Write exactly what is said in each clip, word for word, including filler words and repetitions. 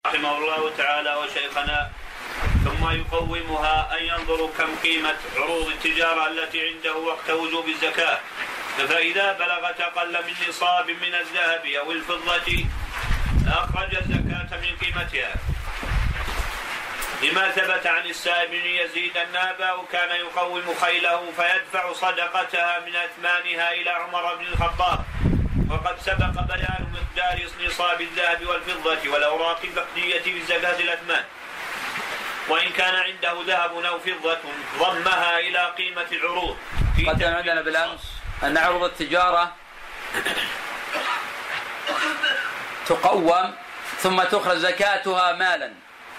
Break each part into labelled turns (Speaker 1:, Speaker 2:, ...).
Speaker 1: رحمه الله تعالى وشيخنا ثم يقومها أن ينظر كم قيمة عروض التجارة التي عنده وقت وجوب الزكاة، فإذا بلغت أقل من نصاب من الذهب أو الفضة أخرج الزكاة من قيمتها، لما ثبت عن السائب بن يزيد أن أباه كان يقوم خيله فيدفع صدقتها من أثمانها إلى عمر بن الخطاب، وقد سبق بيان مقدار نصاب الذهب والفضة والأوراق النقدية في زكاة الأثمان. وإن كان عنده ذهب أو فضة ضمها إلى قيمة العروض.
Speaker 2: قدم عندنا بالأمس أن عروض التجارة تقوم ثم تخرج زكاتها مالا،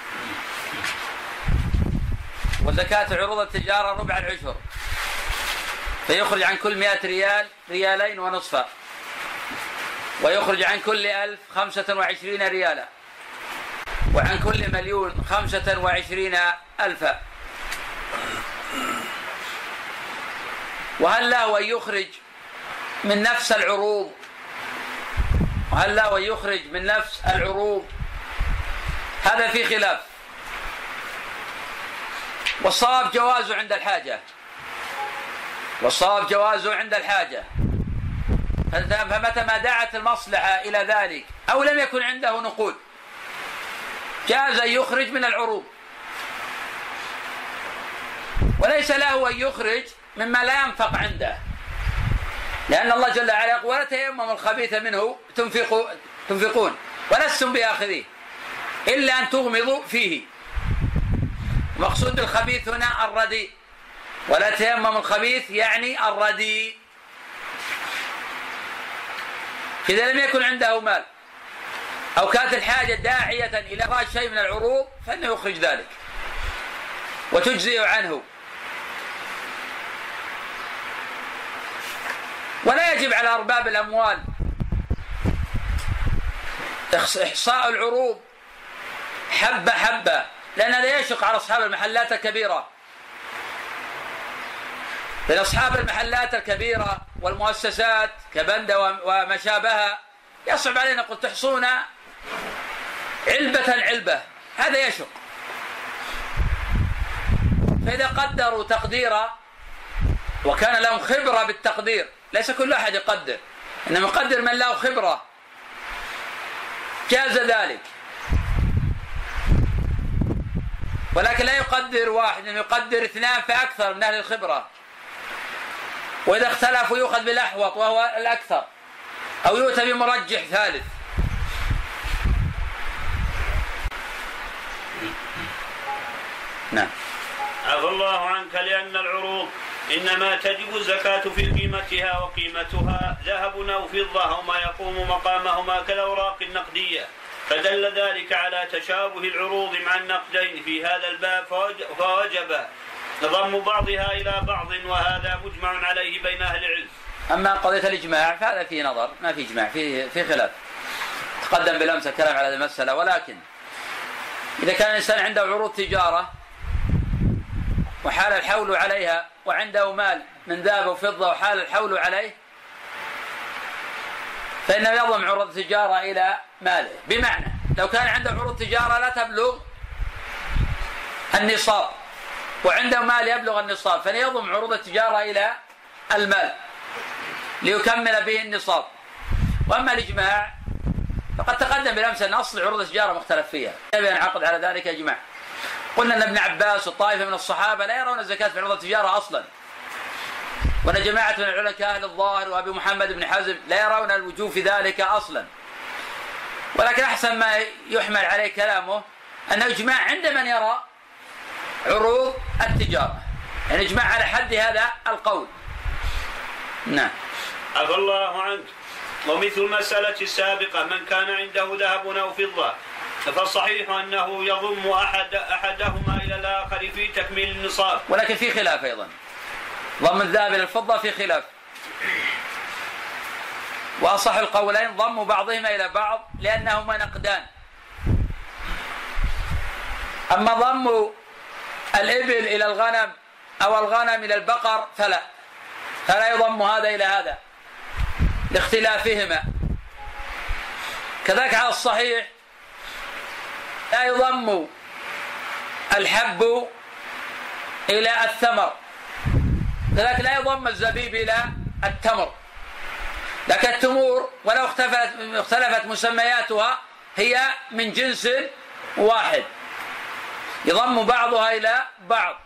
Speaker 2: وزكاة عروض التجارة ربع العشر، فيخرج عن كل مئة ريال ريالين ونصفا، ويخرج عن كل ألف خمسة وعشرين ريالا، وعن كل مليون خمسة وعشرين ألفا. وهل له أن يخرج من نفس العروض وهل له أن يخرج من نفس العروض هذا في خلاف، والصواب جوازه عند الحاجة والصواب جوازه عند الحاجة فمتى ما دعت المصلحة إلى ذلك أو لم يكن عنده نقود جاز أن يخرج من العروض، وليس له أن يخرج مما لا ينفق عنده، لأن الله جل وعلا يقول: ولا تيمموا الخبيث منه تنفقون ولستم بآخذيه إلا أن تغمضوا فيه. مقصود بالخبيث هنا الرديء، ولا تيمموا الخبيث يعني الرديء. إذا لم يكن عنده مال أو كانت الحاجة داعية إلى إخراج شيء من العروض فإنه يخرج ذلك وتجزئ عنه. ولا يجب على أرباب الأموال إحصاء العروض حبة حبة، لأن لا يشق على أصحاب المحلات الكبيرة. لأن أصحاب المحلات الكبيرة والمؤسسات كبندة وما شابهها يصعب علينا قد تحصون علبة علبة، هذا يشق. فإذا قدروا تقديرا وكان لهم خبرة بالتقدير، ليس كل أحد يقدر، إنما يقدر من له خبرة، جاز ذلك. ولكن لا يقدر واحد، إنه يقدر اثنان فأكثر من أهل الخبرة، وإذا اختلفوا يؤخذ بالأحوط وهو الأكثر، أو يؤتى بمرجح ثالث. نعم.
Speaker 1: عفى الله عنك، لأن العروض إنما تجب الزكاة في قيمتها، وقيمتها ذهب أو فضة أو ما يقوم مقامهما كالأوراق النقدية، فدل ذلك على تشابه العروض مع النقدين في هذا الباب، فوجب ضم بعضها إلى بعض، وهذا مجمع عليه بين أهل العلم.
Speaker 2: أما قضية الإجماع فهذا فيه نظر، ما في إجماع، في في خلاف. تقدم بالأمس الكلام على هذه المسألة. ولكن إذا كان الإنسان عنده عروض تجارة وحال الحول عليها، وعنده مال من ذهب وفضة وحال الحول عليه، فإنه يضم عروض التجارة إلى ماله. بمعنى لو كان عنده عروض تجارة لا تبلغ النصاب وعنده مال يبلغ النصاب، فليضم عروض التجارة إلى المال ليكمل به النصاب. وأما الإجماع فقد تقدم بالأمس أن أصل عروض التجارة مختلف فيها، يبقى ينعقد على ذلك إجماع. قلنا أن ابن عباس وطائفة من الصحابة لا يرون الزكاة في عروض التجارة أصلا، وأن جماعة من العلماء كأهل الظاهر وأبي محمد بن حزم لا يرون الوجوب في ذلك أصلا. ولكن أحسن ما يحمل عليه كلامه أنه إجماع عند من يرى عروض التجارة، يعني إجماع على حد هذا القول. نعم.
Speaker 1: عفى الله عنك. ومثل المسألة السابقة من كان عنده ذهب أو فضة فالصحيح أنه يضم أحد أحدهما إلى الآخر في تكميل النصاب.
Speaker 2: ولكن في خلاف أيضا، ضم الذهب إلى الفضة في خلاف، وأصح القولين ضم بعضهما إلى بعض لأنهما نقدان. أما ضم الإبل إلى الغنم أو الغنم إلى البقر فلا فلا يضم هذا إلى هذا لاختلافهما. كذلك على الصحيح لا يضم الحب إلى الثمر، كذلك لا يضم الزبيب إلى التمر. لكن التمور ولو اختلفت, اختلفت مسمياتها هي من جنس واحد، يضم بعضها إلى بعض.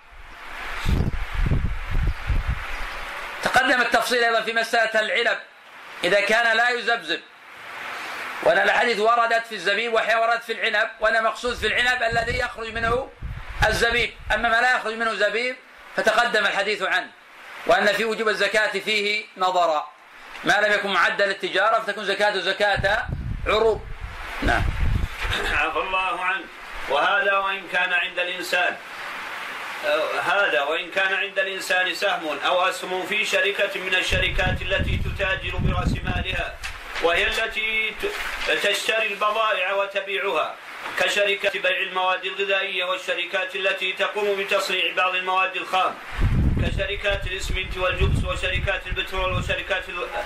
Speaker 2: تقدم التفصيل أيضا في مسألة العنب إذا كان لا يزبزب، وأن الأحاديث وردت في الزبيب وحي وردت في العنب، وأن مقصود في العنب الذي يخرج منه الزبيب، أما ما لا يخرج منه زبيب فتقدم الحديث عنه، وأن في وجوب الزكاة فيه نظرا، ما لم يكن معدل التجارة فتكون زكاة زكاة عروض. نعم.
Speaker 1: عفى الله عنه. وهذا وإن كان عند الإنسان هذا وإن كان عند الإنسان سهم أو أسهم في شركة من الشركات التي تتاجر برأس مالها، وهي التي تشتري البضائع وتبيعها، كشركة بيع المواد الغذائية، والشركات التي تقوم بتصنيع بعض المواد الخام، كشركات الإسمنت والجبس، وشركات البترول، وشركات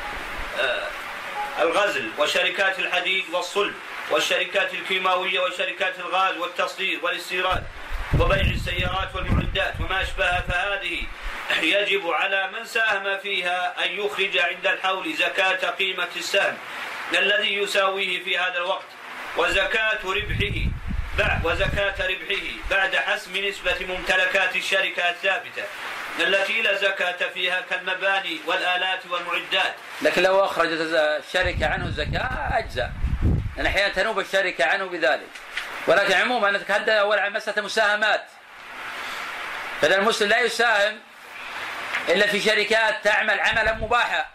Speaker 1: الغزل، وشركات الحديد والصلب، والشركات الكيماوية، وشركات الغاز والتصدير والاستيراد، وبيع السيارات والمعدات وما أشبهها. فهذه يجب على من ساهم فيها أن يخرج عند الحول زكاة قيمة السهم الذي يساويه في هذا الوقت، وزكاة ربحه وزكاة ربحه بعد حسم نسبة ممتلكات الشركة الثابتة التي لا زكاة فيها كالمباني والآلات والمعدات.
Speaker 2: لكن لو أخرجت الشركة عنه الزكاة أجزاء، لأن أحيانا تنوب الشركة عنه بذلك. ولكن عموما نتحدث أول عن مسألة مساهمات، فإن المسلم لا يساهم إلا في شركات تعمل عملا مباحا،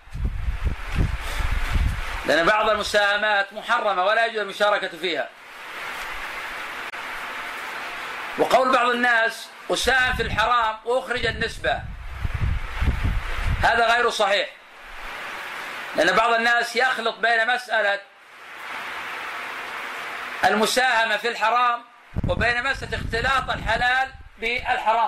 Speaker 2: لأن بعض المساهمات محرمة ولا يجوز المشاركة فيها. وقول بعض الناس أساهم في الحرام وأخرج النسبة، هذا غير صحيح، لأن بعض الناس يخلط بين مسألة المساهمة في الحرام وبين مسألة اختلاط الحلال بالحرام.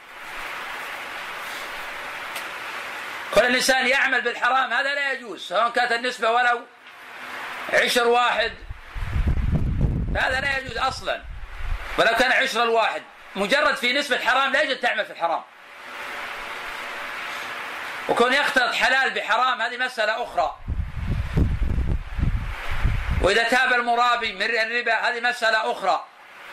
Speaker 2: كل الإنسان يعمل بالحرام هذا لا يجوز، سواء كانت النسبة ولو عشر واحد هذا لا يجوز أصلا، ولو كان عشر الواحد، مجرد في نسبة حرام لا يجوز تعمل في الحرام. وكون يختلط حلال بحرام هذه مسألة أخرى. وإذا تاب المرابي من الربا هذه مسألة أخرى.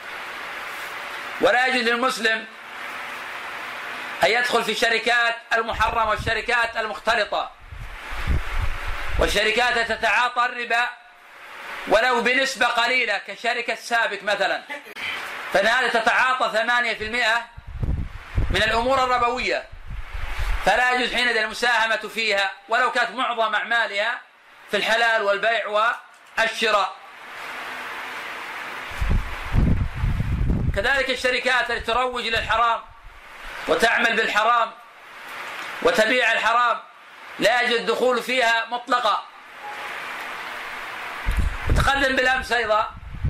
Speaker 2: ولا يجوز للمسلم أن يدخل في الشركات المحرمة والشركات المختلطة، والشركات تتعاطى الربا ولو بنسبة قليلة كشركة سابك مثلا، فإن هذه تتعاطى ثمانية في المئة من الأمور الربوية، فلا يجوز حينئذ المساهمة فيها ولو كانت معظم أعمالها في الحلال والبيع والشراء. كذلك الشركات التي تروج للحرام وتعمل بالحرام وتبيع الحرام لا يجوز الدخول فيها مطلقا. وتقدم بالأمس أيضا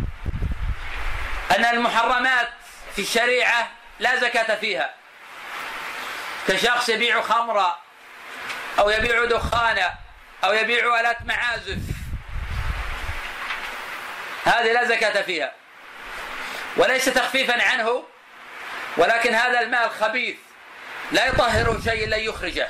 Speaker 2: أن المحرمات في الشريعة لا زكاة فيها، كشخص يبيع خمرا أو يبيع دخانا أو يبيع آلات معازف، هذه لا زكاة فيها، وليس تخفيفا عنه، ولكن هذا المال خبيث لا يطهره شيء إلا يخرجه.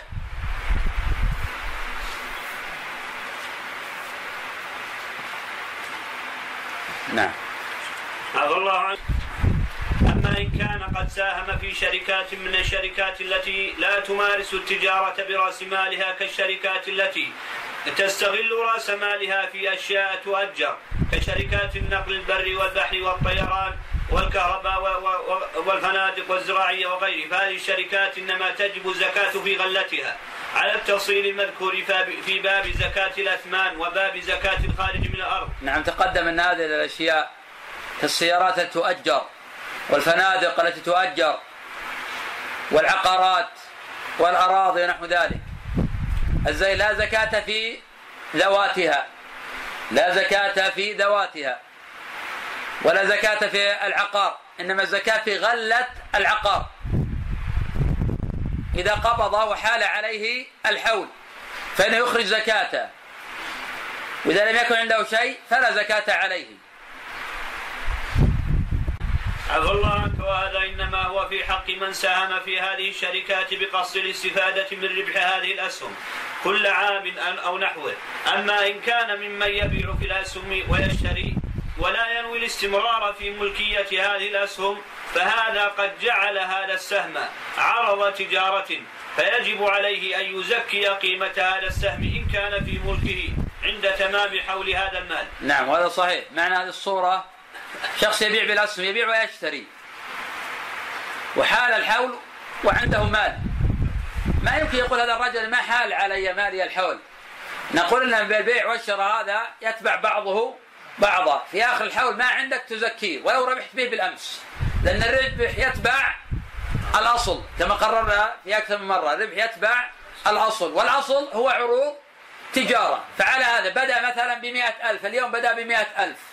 Speaker 2: نعم.
Speaker 1: عفى الله عنه. أما إن كان قد ساهم في شركات من الشركات التي لا تمارس التجارة برأس مالها، كالشركات التي تستغل رأس مالها في أشياء تؤجر، كشركات النقل البري والبحري والطيران والكهرباء والفنادق والزراعية وغيره، فهذه الشركات إنما تجب الزكاة في غلتها على التفصيل المذكور في باب زكاة الأثمان وباب زكاة الخارج من الأرض.
Speaker 2: نعم، تقدم أن هذه الأشياء كالسيارات التي تؤجر والفنادق التي تؤجر والعقارات والأراضي ونحو ذلك، الزي لا زكاة في ذواتها، لا زكاة في ذواتها ولا زكاة في العقار، إنما الزكاة في غلة العقار إذا قبض وحال عليه الحول فإنه يخرج زكاته، وإذا لم يكن عنده شيء فلا زكاة عليه.
Speaker 1: عفى الله عنك. وهذا إنما هو في حق من ساهم في هذه الشركات بقصد الاستفادة من ربح هذه الأسهم كل عام أو نحوه. أما إن كان ممن يبيع في الأسهم ويشتري ولا ينوي الاستمرار في ملكية هذه الأسهم فهذا قد جعل هذا السهم عرض تجارة، فيجب عليه أن يزكي قيمة هذا السهم إن كان في ملكه عند تمام حول هذا المال.
Speaker 2: نعم وهذا صحيح. معنى هذه الصورة شخص يبيع بالأسهم، يبيع ويشتري وحال الحول وعنده مال، ما يمكن يقول هذا الرجل ما حال علي مالي الحول. نقول لنا بالبيع والشراء هذا يتبع بعضه بعضا، في آخر الحول ما عندك تزكيه ولو ربحت به بالأمس، لأن الربح يتبع الأصل كما قررنا في أكثر من مرة. الربح يتبع الأصل، والأصل هو عروض تجارة. فعلى هذا بدأ مثلا بمئة ألف، اليوم بدأ بمئة ألف،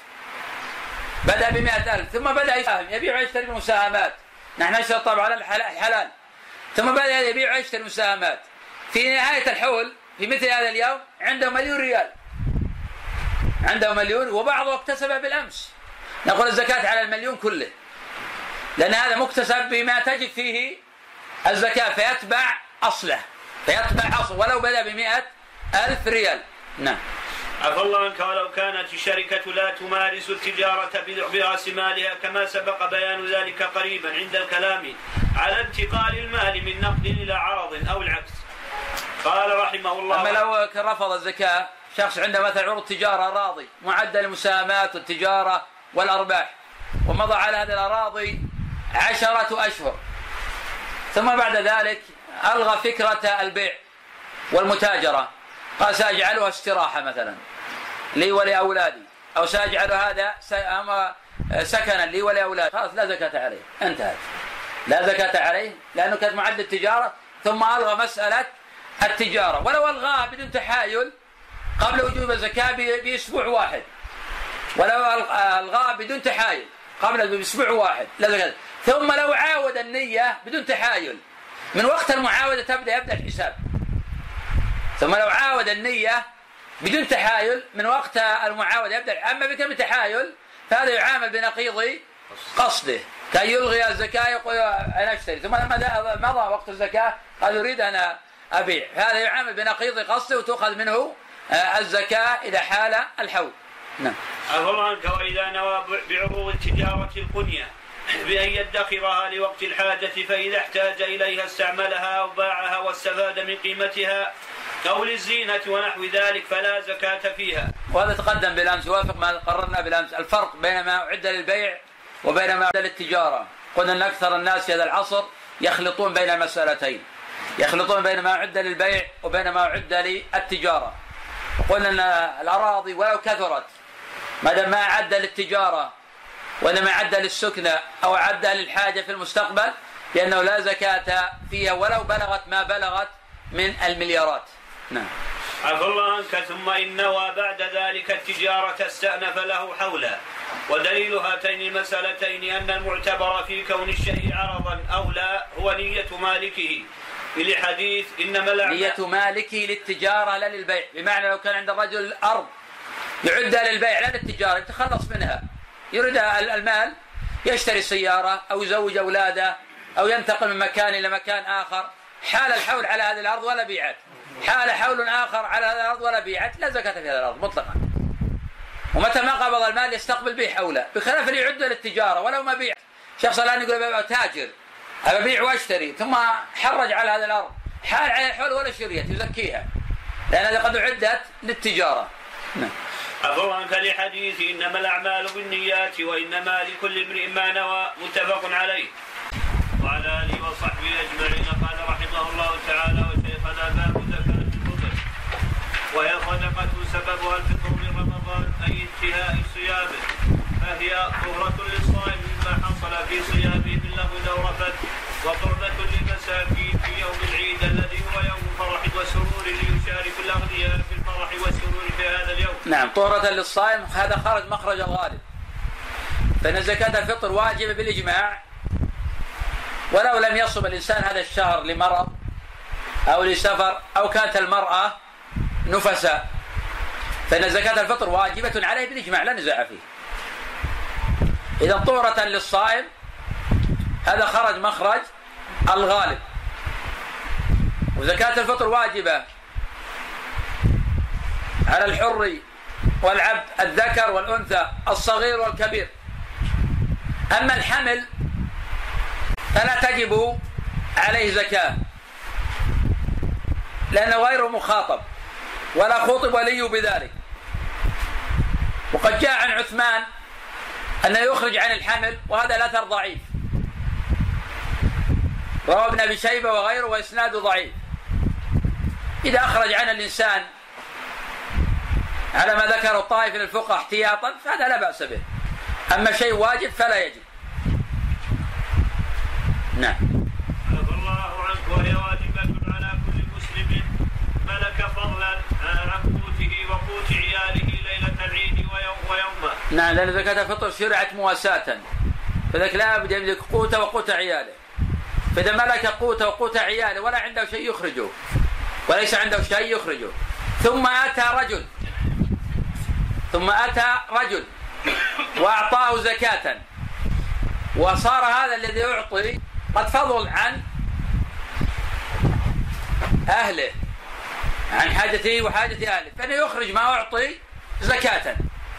Speaker 2: بدأ بمئة ألف ثم بدأ يساهم يبيع ويشتري بالمساهمات، نحن نشترط طبعا الحلال، ثم بدأ يبيع ويشتري مساهمات. في نهاية الحول في مثل هذا اليوم عنده مليون ريال، عنده مليون وبعضه اكتسبه بالأمس، نقول الزكاة على المليون كله، لأن هذا مكتسب بما تجب فيه الزكاة فيتبع أصله، فيتبع أصله ولو بدأ بمئة ألف ريال. نعم.
Speaker 1: عفى الله عنك. ولو كانت الشركة لا تمارس التجارة برأس مالها كما سبق بيان ذلك قريبا عند الكلام على انتقال المال من نقد إلى عرض أو العكس. قال رحمه الله.
Speaker 2: أما لو رفض الزكاة شخص عنده مثلا عروض تجارة راضي معدل المساهمات والتجارة والأرباح، ومضى على هذه الأراضي عشرة أشهر، ثم بعد ذلك ألغى فكرة البيع والمتاجرة، قال سأجعلها استراحة مثلا لي ولأولادي، أو سأجعل هذا سكنا لي ولأولادي، خلاص لا زكاة عليه، انتهت، لا زكاة عليه لأنه كانت معدل التجارة، ثم ألغى مسألة التجارة ولو ألغاها بدون تحايل قبل وجوب الزكاة بأسبوع واحد، ولو ألغاها بدون تحايل قبل بأسبوع واحد لا زكاة. ثم لو عاود النية بدون تحايل من وقت المعاودة تبدأ يبدأ الحساب، ثم لو عاود النية بدون تحايل من وقت المعاودة يبدأ. أما بكم تحايل فهذا يعامل بنقيض قصده، كي يلغي الزكاة يقول أنا أشتري، ثم لما مضى وقت الزكاة قال يريد أن أبيع، هذا يعامل بنقيض قصده وتأخذ منه الزكاة إذا حال الحول. نعم.
Speaker 1: أفضل عنك. وإذا نوى بعروض التجارة القنية بأن يدخرها لوقت الحاجة فإذا احتاج إليها استعملها أو باعها واستفاد من قيمتها أو للزينة ونحو ذلك فلا زكاة فيها.
Speaker 2: وهذا تقدم بالأمس، يوافق ما قررنا بالأمس، الفرق بين ما أعد للبيع وبين ما أعد للتجارة. قلنا أن أكثر الناس في هذا العصر يخلطون بين المسألتين، يخلطون بين ما أعد للبيع وبين ما أعد للتجارة. قلنا أن الأراضي ولو كثرت ما دام ما أعد للتجارة وإنما أعد للسكنة أو أعد للحاجة في المستقبل لأنه لا زكاة فيها ولو بلغت ما بلغت من المليارات. نعم.
Speaker 1: عفى الله عنك. ثم إن نوى بعد ذلك التجارة استأنف له حولا. ودليل هاتين المسألتين أن المعتبر في كون الشيء عرضا أو لا هو نية مالكه، لحديث إنما الأعمال
Speaker 2: نية مالكه للتجارة لا للبيع، بمعنى لو كان عند الرجل أرض يعدها للبيع لا للتجارة يتخلص منها، يريد المال يشتري سيارة أو يزوج أولاده أو ينتقل من مكان إلى مكان آخر، حال الحول على هذه الأرض ولا بيعت، حال حول آخر على هذه الأرض ولا بيعت، لا زكاة في هذه الأرض مطلقا. ومتى ما قبض المال يستقبل به حوله، بخلاف اللي يعد للتجارة ولو ما بيع. شخص الآن يقول أبقى تاجر أبيع واشتري ثم حرج على هذه الأرض، حال على الحول ولا شريت يزكيها لأن هذا قد عدت للتجارة. نعم.
Speaker 1: عفوا عنك. لحديث إنما الأعمال بالنيات وإنما لكل امرئ ما نوى، متفق عليه. وعلى آله وصحبه أجمعين. قال رحمه الله تعالى: وشيخنا باب زكاة الفطر، وهي صدقة سببها الفطر من رمضان أي انتهاء صيامه، فهي طهرة للصائم مما حصل في صيامه من لغو أو رفث، وقربة للمساكين في يوم العيد الذي هو يوم فرح وسرور ليشارك الأغنياء في الفرح والسرور في هذا اليوم.
Speaker 2: نعم. طهرة للصائم هذا خرج مخرج الغالب، فإن زكاة الفطر واجبة بالإجماع ولو لم يصم الإنسان هذا الشهر لمرض أو لسفر أو كانت المرأة نفساء، فإن زكاة الفطر واجبة عليه بالإجماع لا نزاع فيه. إذا طهرة للصائم هذا خرج مخرج الغالب. وزكاة الفطر واجبة على الحر والعبد الذكر والأنثى الصغير والكبير. أما الحمل فلا تجب عليه زكاة لأنه غير مخاطب ولا خوطب ولي بذلك. وقد جاء عن عثمان أنه يخرج عن الحمل، وهذا الأثر ضعيف، رواه ابن أبي شيبة وغيره وإسناده ضعيف. إذا أخرج عن الإنسان على ما ذكر الطائف من الفقهاء احتياطا فهذا لا بأس به، أما شيء واجب فلا يجب. نعم.
Speaker 1: عفى الله عنك. وهي واجبة على كل مسلم ملك فضلا عن قوته وقوت عياله ليلة العيد ويومه.
Speaker 2: نعم، لأن زكاة الفطر شرعت مواساة، فذلك لا بد يملك قوته وقوت عياله. فإذا ملك قوته وقوت عياله ولا عنده شيء يخرجه، وليس عنده شيء يخرجه، ثم أتى رجل ثم أتى رجل وأعطاه زكاة، وصار هذا الذي يعطي قد فضل عن أهله، عن حاجته وحاجة أهله، فإنه يخرج ما أعطي زكاة.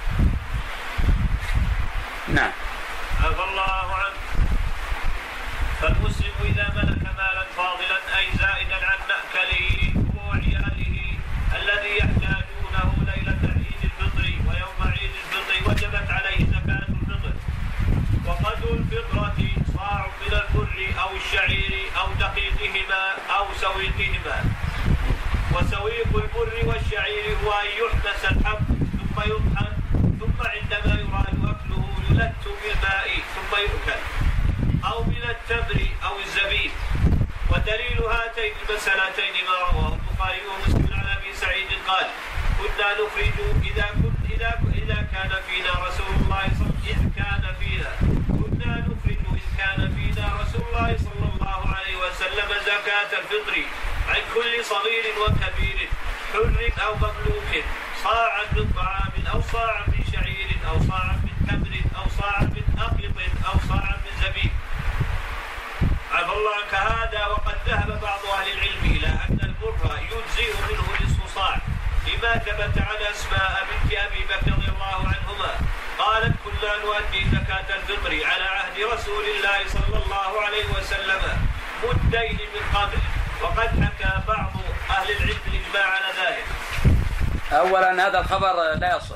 Speaker 2: نعم.
Speaker 1: عفى الله عنه. فالمسلم إذا ملك مالا فاضلا أي زائدا عن مأكله وعياله الذي يحتاجونه ليلة عيد الفطر ويوم عيد الفطر وجبت عليه زكاة الفطر. وقدر الفطرة صاع من البر أو الشعير أو دقيقهما أو سويقهما. وسويق البر والشعير هو أن يحبس الحب ثم يطحن، ثم عندما يراد أكله يلت بالماء ثم يؤكل، أو من التمر أو الزبيب. ودليل هاتين المسألتين ما رواه البخاري ومسلم عن أبي سعيد قال: كنا نخرج إذا كنت إذا إذا كان فينا رسول الله صلى إذ كان فينا كنا نخرج إذ كان فينا رسول الله صلى الله عليه وسلم زكاة الفطر عن كل صغير وكبير حر أو مملوك صاعا من طعام أو صاعا من شعير أو صاعا من تمر أو صاعا من أقط أو صاعا من زبيب. عفى الله عنك. هذا وقد ذهب بعض أهل العلم إلى أن البر يجزئ منه نصف صاع، لما ثبت عن أسماء بنت أبي بكر رضي الله عنهما قالت: كنا نؤدي زكاة الفطر على عهد رسول الله صلى الله عليه وسلم مدين من قبل. وقد حكى بعض أهل العلم الإجماع على ذلك.
Speaker 2: أولا هذا الخبر لا يصح.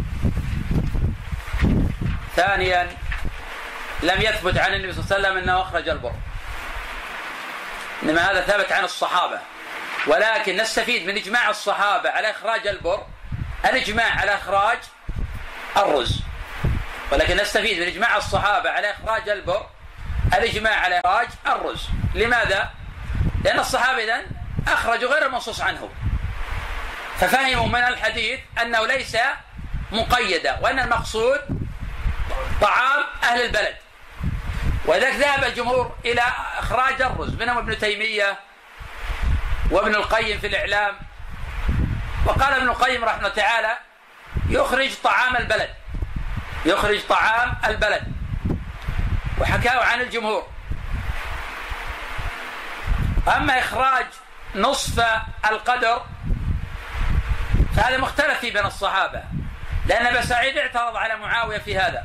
Speaker 2: ثانيا لم يثبت عن النبي صلى الله عليه وسلم أنه أخرج البر، إنما هذا ثبت عن الصحابة. ولكن نستفيد من إجماع الصحابة على إخراج البر الإجماع على إخراج الرز، ولكن نستفيد من إجماع الصحابة على إخراج البر الإجماع على إخراج الرز. لماذا؟ لأن الصحابة إذن أخرجوا غير المنصوص عنه، ففهموا من الحديث أنه ليس مقيدا، وأن المقصود طعام أهل البلد. ولذلك ذهب الجمهور إلى إخراج الرز، منهم ابن تيمية وابن القيم في الإعلام. وقال ابن القيم رحمه الله تعالى: يخرج طعام البلد، يخرج طعام البلد، وحكاه عن الجمهور. أما إخراج نصف القدر فهذا مختلف فيه بين الصحابة، لأن أبا سعيد اعترض على معاوية في هذا،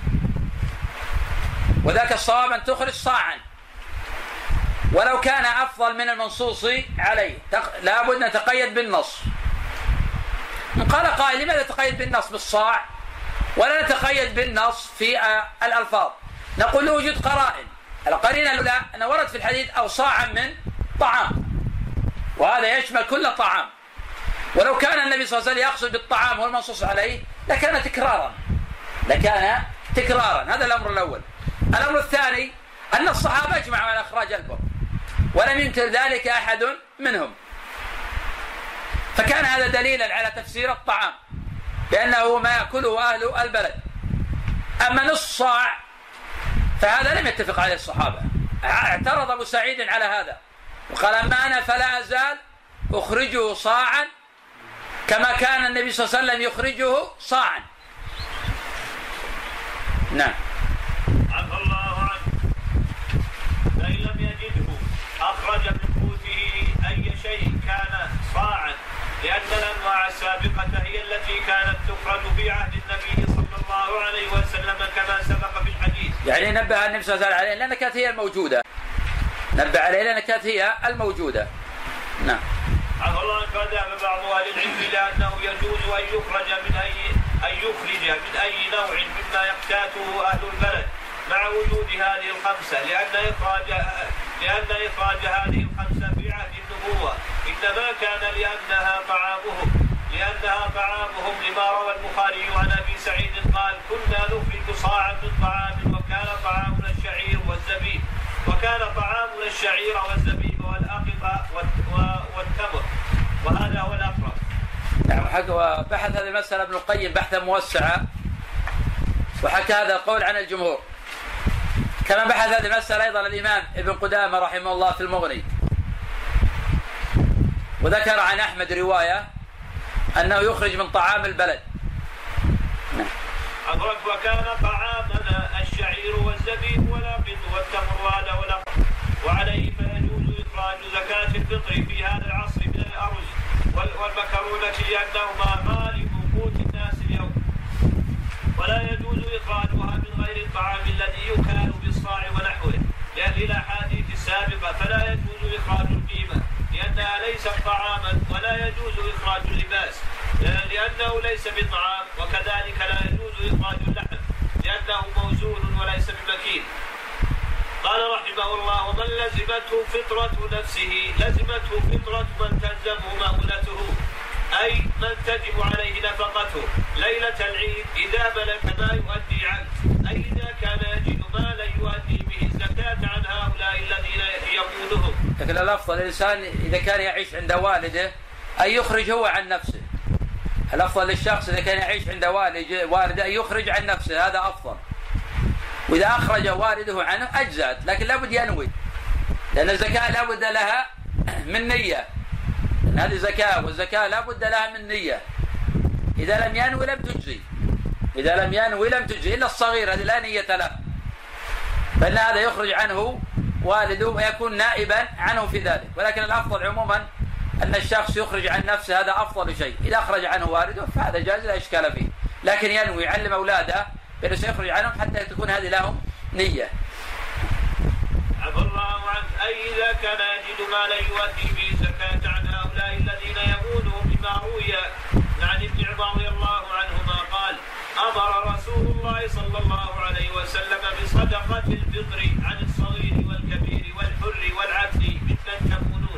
Speaker 2: وذاك الصواب أن تخرج صاعا، ولو كان أفضل من المنصوص عليه لا بد أن نتقيد بالنص. قال قائل: لماذا نتقيد بالنص بالصاع ولا نتقيد بالنص في الألفاظ؟ نقول: وجود قرائن. القرينة الأولى أن ورد في الحديث أو صاعا من طعام، وهذا يشمل كل طعام، ولو كان النبي صلى الله عليه وسلم يقصد بالطعام هو المنصوص عليه لكان تكرارا لكان تكرارا هذا الأمر الأول. الأمر الثاني أن الصحابة أجمعوا على إخراج البر، ولم ينكر ذلك أحد منهم، فكان هذا دليلا على تفسير الطعام بأنه ما يأكله أهل البلد. أما نصف صاع فهذا لم يتفق عليه الصحابة، اعترض أبو سعيد على هذا وقال: أما أنا فلا أزال أخرجه صاعا كما كان النبي صلى الله عليه وسلم يخرجه صاعا.
Speaker 1: نعم. عفى الله عنه.
Speaker 2: يعني نبه النبي صلى الله عليه وسلم عليه لأنها كانت هي الموجودة، نبه عليه لأنها كانت هي الموجودة. نعم.
Speaker 1: عفى الله عنك. ذهب بعض أهل العلم لأنه يجوز أن يخرج من أي أن يخرج من أي نوع مما يقتاته أهل البلد مع وجود هذه الخمسة، لأن إخراج لأن إخراج هذه الخمسة في عهد النبوة إنما كان لأنها طعامهم لأنها طعامهم لما روى البخاري عن أبي سعيد قال: كنا نخرج صاعا من طعام وكان طعامنا الشعير والزبيب وكان طعامنا الشعير والزبيب والأقطة والتمر، وهذا هو الأقرب.
Speaker 2: نعم. وبحث هذه المسألة ابن القيم بحثا موسعا، وحكى هذا القول عن الجمهور. كما بحث هذه المسألة أيضا الإمام ابن قدامة رحمه الله في المغني، وذكر عن أحمد رواية أنه يخرج من طعام البلد.
Speaker 1: أدرك: وكان طعامنا الشعير والزبيب والأقط والتمر هذا والأقط، وعليه فيجوز إخراج زكاة الفطر في هذا العصر من الأرز والمكرونة لأنهما غالب قوت الناس اليوم، ولا يجوز إخراجها من غير الطعام الذي يكال بالصاع ونحوه لأن الأحاديث السابقة، فلا يجوز إخراج القيمة لأنها ليست طعاما، ولا يجوز إخراج اللباس لأنه ليس بطعام، وكذلك لا يجوز إخراج اللحم لأنه موزون وليس بمكين. قال رحمه الله: ومن لزمته فطرة نفسه لزمته فطرة من تلزمه مؤونته، أي من تجب عليه نفقته ليلة العيد إذا ملك ما يؤدي عنه، أي إذا كان يجد مالا يؤدي به الزكاة عن هؤلاء الذين يقودهم.
Speaker 2: لكن الأفضل الإنسان إذا كان يعيش عند والده أن يخرج هو عن نفسه. الأفضل للشخص إذا كان يعيش عند والده أن يخرج عن نفسه، هذا أفضل. وإذا أخرج والده عنه أجزأت، لكن لابد ينوي، لأن الزكاة لابد لها من نية، لأن هذه زكاة، والزكاة لابد لها من نية. إذا لم ينوي لم تجزي، إذا لم ينوي لم تجزي، إلا الصغير الذي لا نية له، فإن هذا يخرج عنه والده ويكون نائبا عنه في ذلك. ولكن الأفضل عموما أن الشخص يخرج عن نفسه، هذا أفضل شيء. إذا أخرج عنه والده فهذا جائز لا إشكال فيه، لكن ينوي يعلم أولاده بأنه سيخرج عنهم حتى تكون هذه لهم نية.
Speaker 1: عفى الله عنك. أي إذا كان يجد ما لا يؤدي به الزكاة عن هؤلاء الذين يقولهم بما روي عن ابن عمر رضي الله عنهما قال: أمر رسول الله صلى الله عليه وسلم بصدقة الفطر عن الصغير والكبير والحر والعبد ممن تكونون.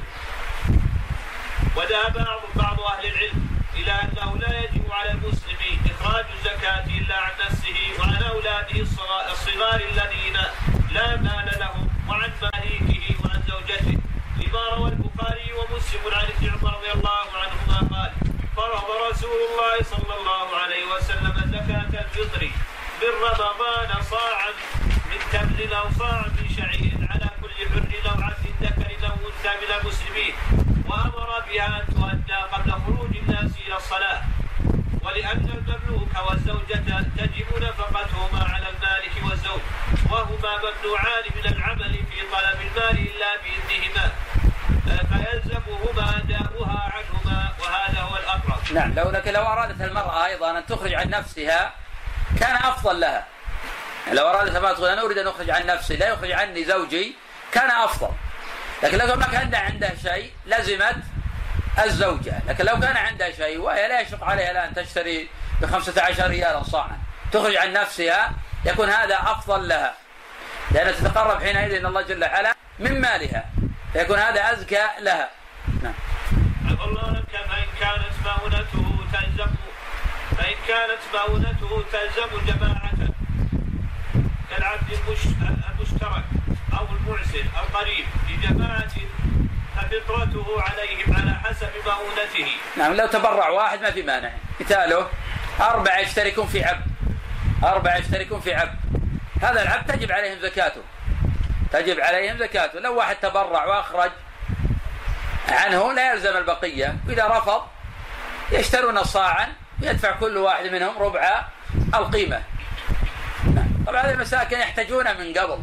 Speaker 1: وذهب بعض أهل العلم إلى أنه لا يجب على المسلم إخراج الزكاة إلا عن نفسه وعن أولاده الصغار الذين لا مال لهم، وعن مالكه وعن زوجته، لما روى البخاري ومسلم عن ابن عمر رضي الله عنهما قال: فرض رسول الله صلى الله عليه وسلم زكاة الفطر من رمضان صاعا من تمر أو صاعا من شعير على كل حر أو عبد ذكر أو أنثى من المسلمين، وأمر بها أن تؤدى قبل خروج الناس إلى الصلاة، ولأن المملوك والزوجة تجب نفقتهما على المالك والزوج، وهما ممنوعان من العمل في طلب المال إلا بإذنهما، فيلزمهما أداؤها عنهما، وهذا هو الأقرب.
Speaker 2: نعم. لو لكن لو أرادت المرأة أيضا أن تخرج عن نفسها كان أفضل لها. لو أرادت المرأة تقول أنا أريد أن أخرج عن نفسي لا يخرج عني زوجي كان أفضل، لكن لو ما كان عنده شيء لزمت الزوجة. لكن لو كان عندها شيء وهي لا يشق عليها الآن تشتري بخمسة عشر ريالا صاعا تخرج عن نفسها يكون هذا أفضل لها، لأنها تتقرب حينئذ إلى الله جل وعلا من مالها، فيكون هذا أزكى لها. نعم.
Speaker 1: الله لك. فإن كانت مؤونته تلزم فإن كانت مؤونته تلزم جماعة كالعبد المشترك أو المعسر القريب لجماعة ففطرته عليهم على حسب مؤونته.
Speaker 2: نعم. لو تبرع واحد ما في مانع. مثاله أربعة يشتركون في عبد، أربعة يشتركون في عبد، هذا العبد تجب عليهم زكاته، تجب عليهم زكاته. لو واحد تبرع وأخرج عنه لا يلزم البقية، وإذا رفض يشترون صاعا ويدفع كل واحد منهم ربع القيمة. طبعا هذه المساكن يحتاجون من قبل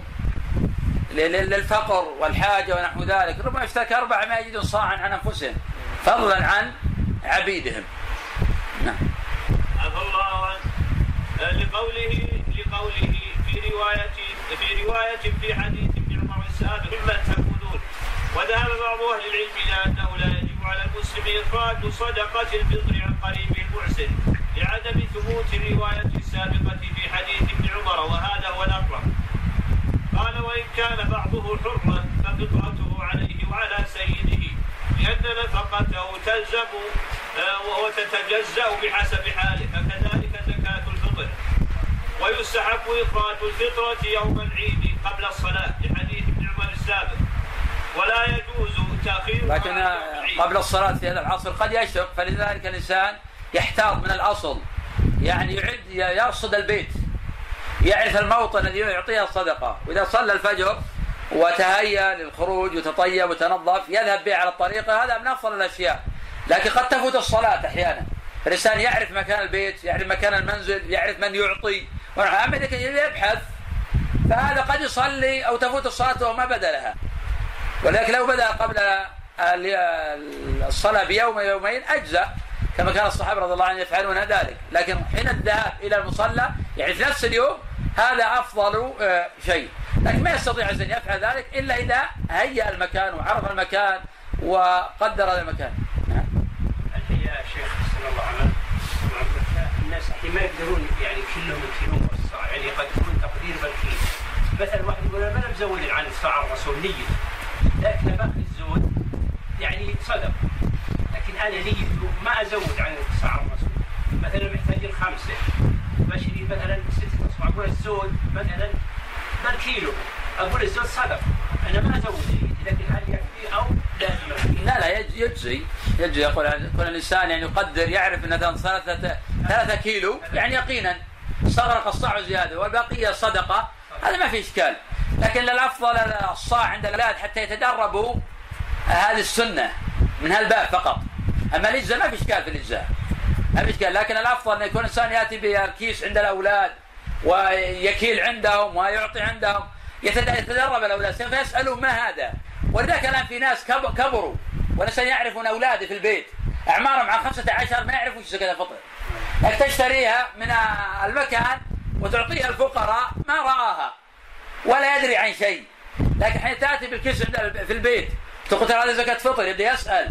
Speaker 2: للفقر والحاجة ونحو ذلك، ربما يشترك أربعة ما يجدون صاعا عن أنفسهم فضلا عن عبيدهم. نعم.
Speaker 1: عفى الله عنه. لقوله لقوله في رواية رواية في حديث ابن عمر السابق ممن تكونون. وذهب بعض أهل العلم إلى أنه لا يجب على المسلم إخراج صدقة الفطر عن قريبه المعسر لعدم ثبوت الرواية السابقة في حديث ابن عمر، وهذا هو الأقرب. قال: وإن كان بعضه حرا ففطرته عليه وعلى سيده، لأن نفقته تلزم وتتجزأ بحسب حاله، فكذلك زكاة الفطر. ويستحب إخراج الفطرة يوم العيد قبل الصلاة لحديث ابن عمر السابق، ولا يجوز تأخير.
Speaker 2: لكن قبل الصلاة في هذا العصر قد يشق، فلذلك الإنسان يحتاط من الأصل، يعني يعد يرصد البيت، يعرف الموطن الذي يعطيها الصدقة، وإذا صلى الفجر وتهيأ للخروج وتطيب وتنظف يذهب به على الطريقة، هذا من أفضل الأشياء. لكن قد تفوت الصلاة أحيانا، الإنسان يعرف مكان البيت، يعرف مكان المنزل، يعرف من يعطي، أما إذا كان يبحث فهذا قد يصلي أو تفوت الصلاة وهو ما بدأ لها. ولكن لو بدأ قبل الصلاة بيوم يومين أجزأ، كما كان الصحابة رضي الله عنهم يفعلون ذلك. لكن حين الذهاب إلى المصلى يعني في نفس اليوم هذا أفضل شيء، لكن ما يستطيع أن يفعل ذلك إلا إذا هيأ المكان وعرف المكان وقدر هذا المكان.
Speaker 3: الحقيقة يا شيخ صلى الله عليه وسلم الناس ما يقدرون يعني كلهم يكيلون بالصاع، يعني يقدرون تقدير بالكيل. مثلا واحد يقول أنا ما مزود عن الصاع الرسول نية، لكن باقي الزود يعني صدق، لكن أنا نية ما أزود عن الصاع الرسول. مثلا محتاجين خمسة بشري مثلا ستة أصبع، أقول الزود مثلا بالكيلو، أقول الزود صدق، أنا ما أزود نية، لكن هل يكفي أو لازم؟
Speaker 2: لا لا يجزي يجزي يقول يكون الإنسان يعني يقدر، يعرف أن ثلاثة ثلاثة كيلو يعني يقينا استغرق الصاع زيادة والبقية صدقة، هذا ما في إشكال. لكن الأفضل الصاع عند الأولاد حتى يتدربوا هذه السنة من هالباب فقط. أما الإجزاء ما في إشكال، في الإجزاء ما في إشكال، لكن الأفضل أن يكون الإنسان يأتي بالكيس عند الأولاد ويكيل عندهم ويعطي عندهم، يتدرب الأولاد فيسألوا ما هذا. ولذلك الآن في ناس كبروا والإنسان يعرفون أولاده في البيت أعمارهم عن خمسة عشر ما يعرفوا ايش زكاة الفطر، لكن تشتريها من المكان وتعطيها الفقراء ما رآها ولا يدري عن شيء. لكن حين تأتي بالكيس في البيت تقول هذا زكاة فطر، يبدأ يسأل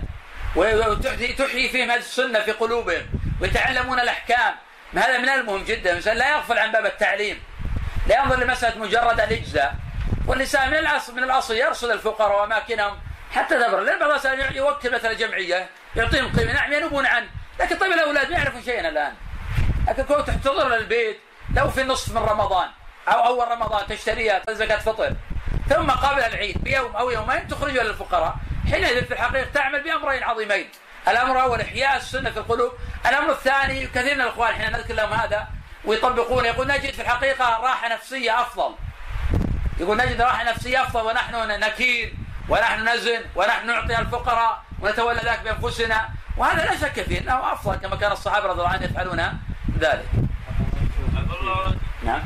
Speaker 2: وتحيي فيهم هذه السنة في قلوبهم ويتعلمون الأحكام. هذا من المهم جدا، الإنسان لا يغفل عن باب التعليم، لا ينظر لمسألة مجرد الإجزاء. والإنسان من الأصل من الأصل يرصد الفقراء وأماكنهم حتى تبر، لأن بعض الناس يوكل مثلا جمعية يعطيهم قيمة، نعم ينوبون عنه، لكن طيب الأولاد ما يعرفون شيئا الآن. لكن كنت تحتضر للبيت لو في النصف من رمضان أو أول رمضان تشتريها زكاة فطر، ثم قبل العيد بيوم أو يومين تخرجها للفقراء، حينئذ في الحقيقة تعمل بأمرين عظيمين. الأمر الأول إحياء السنة في القلوب، الأمر الثاني كثير من الإخوان حين نذكر لهم هذا ويطبقون يقول نجد في الحقيقة راحة نفسية أفضل، يقول نجد راحة نفسية أفضل ونحن نكيل ونحن نزن ونحن نعطي الفقراء ونتولى ذلك بأنفسنا، وهذا لا شك فيه أنه أفضل كما كان الصحابة رضي الله عنهم يفعلون ذلك. نعم.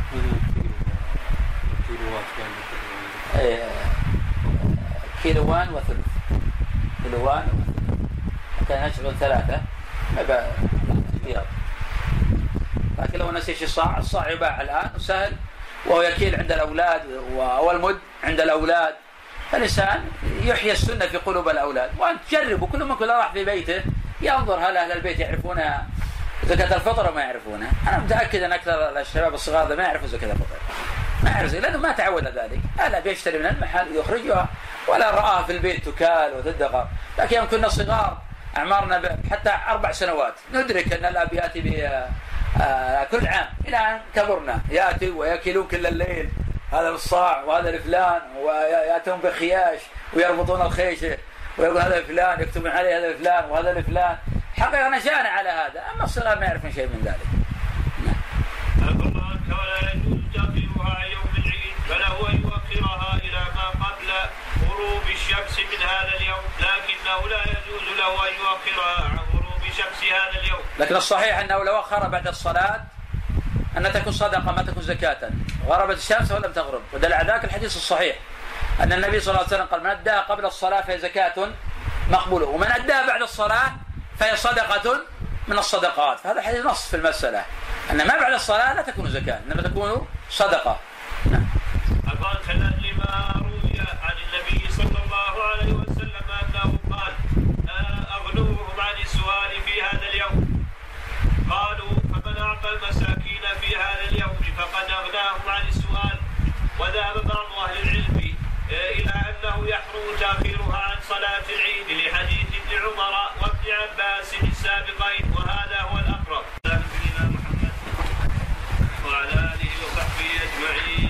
Speaker 2: كيلوان وثلث، كيلوان وثلث، كان يشغل ثلاثة ما بيض. لكن لو نسيش الصاع، الصاع يباع الآن وسهل وهو يكيل عند الأولاد والمد عند الأولاد، فالإنسان يحيي السنة في قلوب الأولاد. وأن تجربوا كل من كل راح في بيته ينظر هل أهل البيت يعرفون زكاة الفطر وما يعرفونها. أنا متأكد أن أكثر الشباب الصغار ما يعرفوا زكاة الفطر، ما يعرف لأنه ما تعود ذلك، لا بيشتري من المحل يخرجها ولا رآها في البيت تكال وتدخر. لكن يوم كنا صغار أعمارنا حتى أربع سنوات ندرك أن الأب يأتي كل عام إلى أن كبرنا يأتي ويأكلون كل الليل، هذا الصاع وهذا الفلان، ويأتون بخياش ويربطون الخيشة ويقول هذا الفلان يكتبون عليه هذا الفلان وهذا الفلان. حقيقة نشأنا على هذا، أما الصغار ما يعرفون شيء من ذلك.
Speaker 1: ولا يجوز تأخيرها يوم العيد، فله أن يؤخرها إلى ما قبل غروب الشمس من هذا اليوم، لكنه لا يجوز له أن يؤخرها عن غروب شمس هذا اليوم.
Speaker 2: لكن الصحيح أنه لو أخر بعد الصلاة أن تكون صدقة ما تكون زكاة، غربت الشمس ولم تغرب، ودل على ذلك الحديث الصحيح أن النبي صلى الله عليه وسلم قال من أداها قبل الصلاة فهي زكاة مقبولة، ومن أداها بعد الصلاة فهي صدقة من الصدقات. فهذا حديث نص في المسألة أن ما بعد الصلاة لا تكون زكاة، إنما تكون صدقة.
Speaker 1: نعم. تأخيرها عن صلاة العيد لحديث ابن عمر وابن عباس السابقين، وهذا هو الأقرب. نبينا محمد وعلى آله وصحبه أجمعين.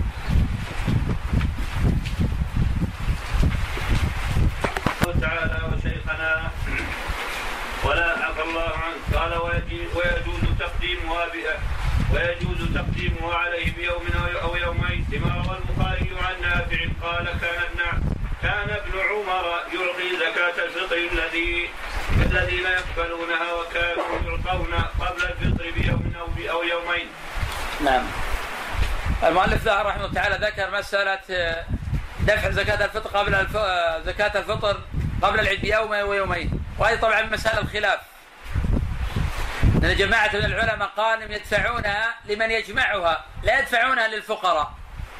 Speaker 1: تعالى وشيخنا ولا عفى الله عنه قال ويجوز تقديمها ويجوز تقديمها عليه بيوم أو يومين، لما روى البخاري عن نافع قال كان كان ابن عمر يعطي زكاة الفطر الذي الذين يقبلونها وكانوا يعطون قبل الفطر بيوم أو يومين.
Speaker 2: نعم. المؤلف رحمه الله تعالى ذكر مسألة دفع زكاة الفطر قبل الف... زكاة الفطر قبل العيد بيوم ويومين، وهذه طبعا مسألة الخلاف، لأن جماعة من العلماء قالوا يدفعونها لمن يجمعها لا يدفعونها للفقراء.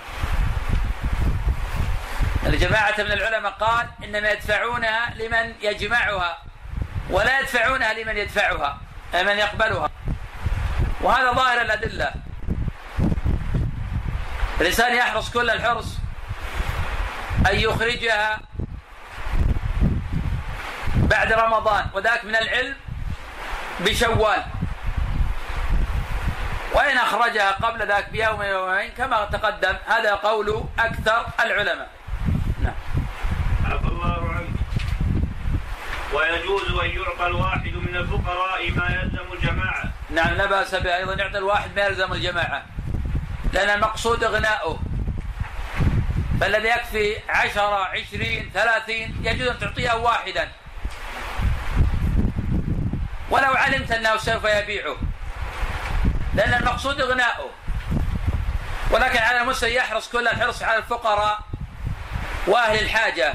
Speaker 2: الجماعة من العلماء قال إنما يدفعونها لمن يجمعها ولا يدفعونها لمن يدفعها من يقبلها، وهذا ظاهر الأدلة. الإنسان يحرص كل الحرص أن يخرجها بعد رمضان، وذاك من العلم بشوال، وإن أخرجها قبل ذاك بيوم يومين كما تقدم هذا قول أكثر العلماء. نعم.
Speaker 1: عفى الله عنك. ويجوز أن يعطى الواحد من الفقراء ما يلزم الجماعة.
Speaker 2: نعم لا بأس به، أيضا يعطى الواحد ما يلزم الجماعة، لأن المقصود إغناؤه، فالذي يكفي عشرة عشرين ثلاثين يجوز أن تعطيه واحدا ولو علمت أنه سوف يبيعه، لأن المقصود إغناؤه. ولكن على المسلم يحرص كل الحرص على الفقراء وأهل الحاجة.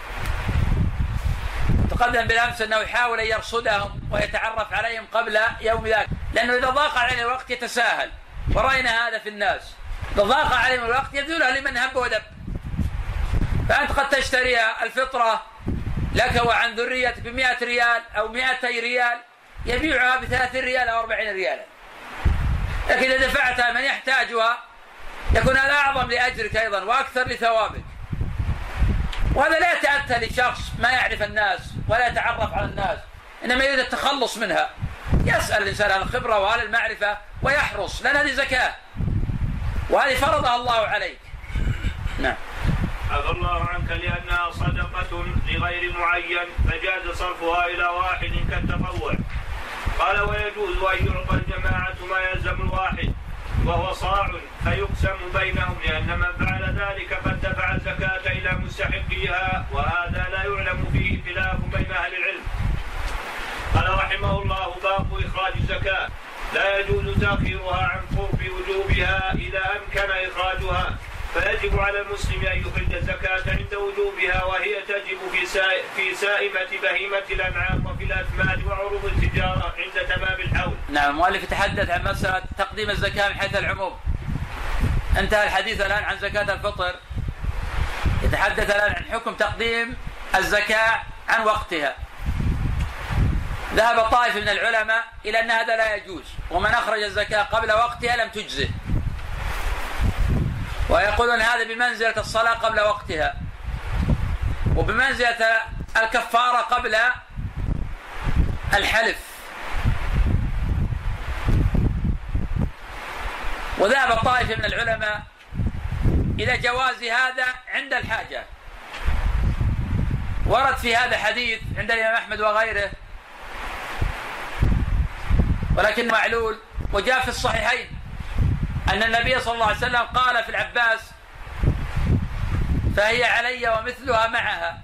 Speaker 2: تقدم بالأمس أنه يحاول أن يرصدهم ويتعرف عليهم قبل يوم ذاك، لأنه إذا ضاق عليه الوقت يتساهل، ورأينا هذا في الناس، إذا ضاق عليهم الوقت يبذلها لمن هب ودب. فأنت قد تشتريها الفطرة لك وعن ذريتك بمئة ريال أو مئتي ريال، يبيعها بثلاثين ريال أو أربعين ريالا، لكن إذا دفعتها من يحتاجها يكون هذا أعظم لأجرك أيضا وأكثر لثوابك. وهذا لا يتأتى لشخص ما يعرف الناس ولا يتعرف على الناس، إنما يريد التخلص منها، يسأل الإنسان عن الخبرة وعن المعرفة ويحرص، لأن هذه زكاة وهذه فرضها الله عليك. نعم.
Speaker 1: عفى الله عنك لأنها صدقة لغير معين فجاز صرفها إلى واحد كالتطوع. قال ويجوز أن يعطى الجماعة ما يلزم الواحد وهو صاع فيقسم بينهم، لأن من فعل ذلك قد دفع الزكاة إلى مستحقيها، وهذا لا يعلم فيه خلاف بين أهل العلم. قال رحمه الله باب إخراج الزكاة. لا يجوز تأخيرها عن قرب وجوبها إذا أمكن إخراجها، فيجب على المسلم أن يخرج الزكاة عند وجوبها، وهي تجب في في سائمة بهيمة الأنعام وفي الأثمان وعروض التجارة عند تمام الحول.
Speaker 2: نعم. المؤلف يتحدث عن مسألة تقديم الزكاة من حيث العموم. انتهى الحديث الآن عن زكاة الفطر، يتحدث الآن عن حكم تقديم الزكاة عن وقتها. ذهب طائفة من العلماء إلى أن هذا لا يجوز، ومن أخرج الزكاة قبل وقتها لم تجزه، ويقولون هذا بمنزلة الصلاة قبل وقتها وبمنزلة الكفارة قبل الحلف. وذهب طائفة من العلماء إلى جواز هذا عند الحاجة. ورد في هذا حديث عند الإمام أحمد وغيره ولكن معلول، وجاء في الصحيحين أن النبي صلى الله عليه وسلم قال في العباس فهي علي ومثلها معها.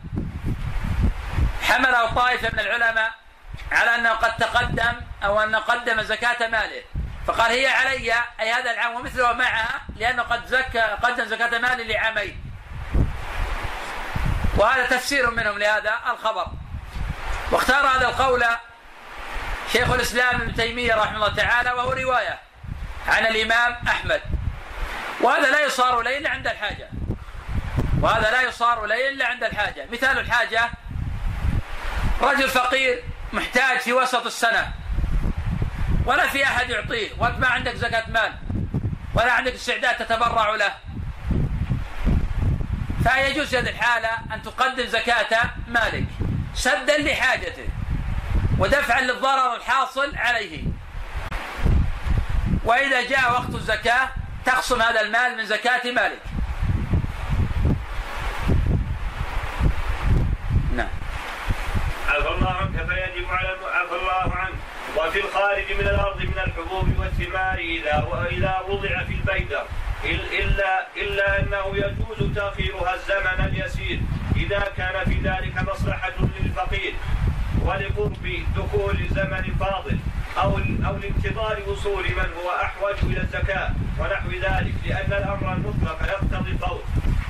Speaker 2: حمله طائفة من العلماء على أنه قد تقدم أو أنه قدم زكاة ماله، فقال هي علي أي هذا العام ومثلها معها، لأنه قد زكى قدم زكاة ماله لعامين. وهذا تفسير منهم لهذا الخبر. واختار هذا القول شيخ الإسلام ابن تيمية رحمه الله تعالى، وهو رواية عن الإمام أحمد. وهذا لا يصار إليه إلا عند الحاجة، وهذا لا يصار إليه إلا عند الحاجة. مثال الحاجة رجل فقير محتاج في وسط السنة ولا في أحد يعطيه، وأنت ما عندك زكاة مال ولا عندك استعداد تتبرع له، فيجوز في هذه الحالة أن تقدم زكاة مالك سدا لحاجته ودفعا للضرر الحاصل عليه. وإذا جاء وقت الزكاة تخصم هذا المال من زكاة مالك. نعم.
Speaker 1: عفى الله عنك فيجب على عفى الله عنك. وفي الخارج من الأرض من الحبوب والثمار إذا وإذا وضع في البيدر إلا إلا أنه يجوز تأخيرها الزمن اليسير إذا كان في ذلك مصلحة للفقير ولقرب دخول زمن فاضل أو أو لانتظار وصول من هو أحوج إلى الزكاة ونحو ذلك، لأن الأمر المطلق يقتضي الفور.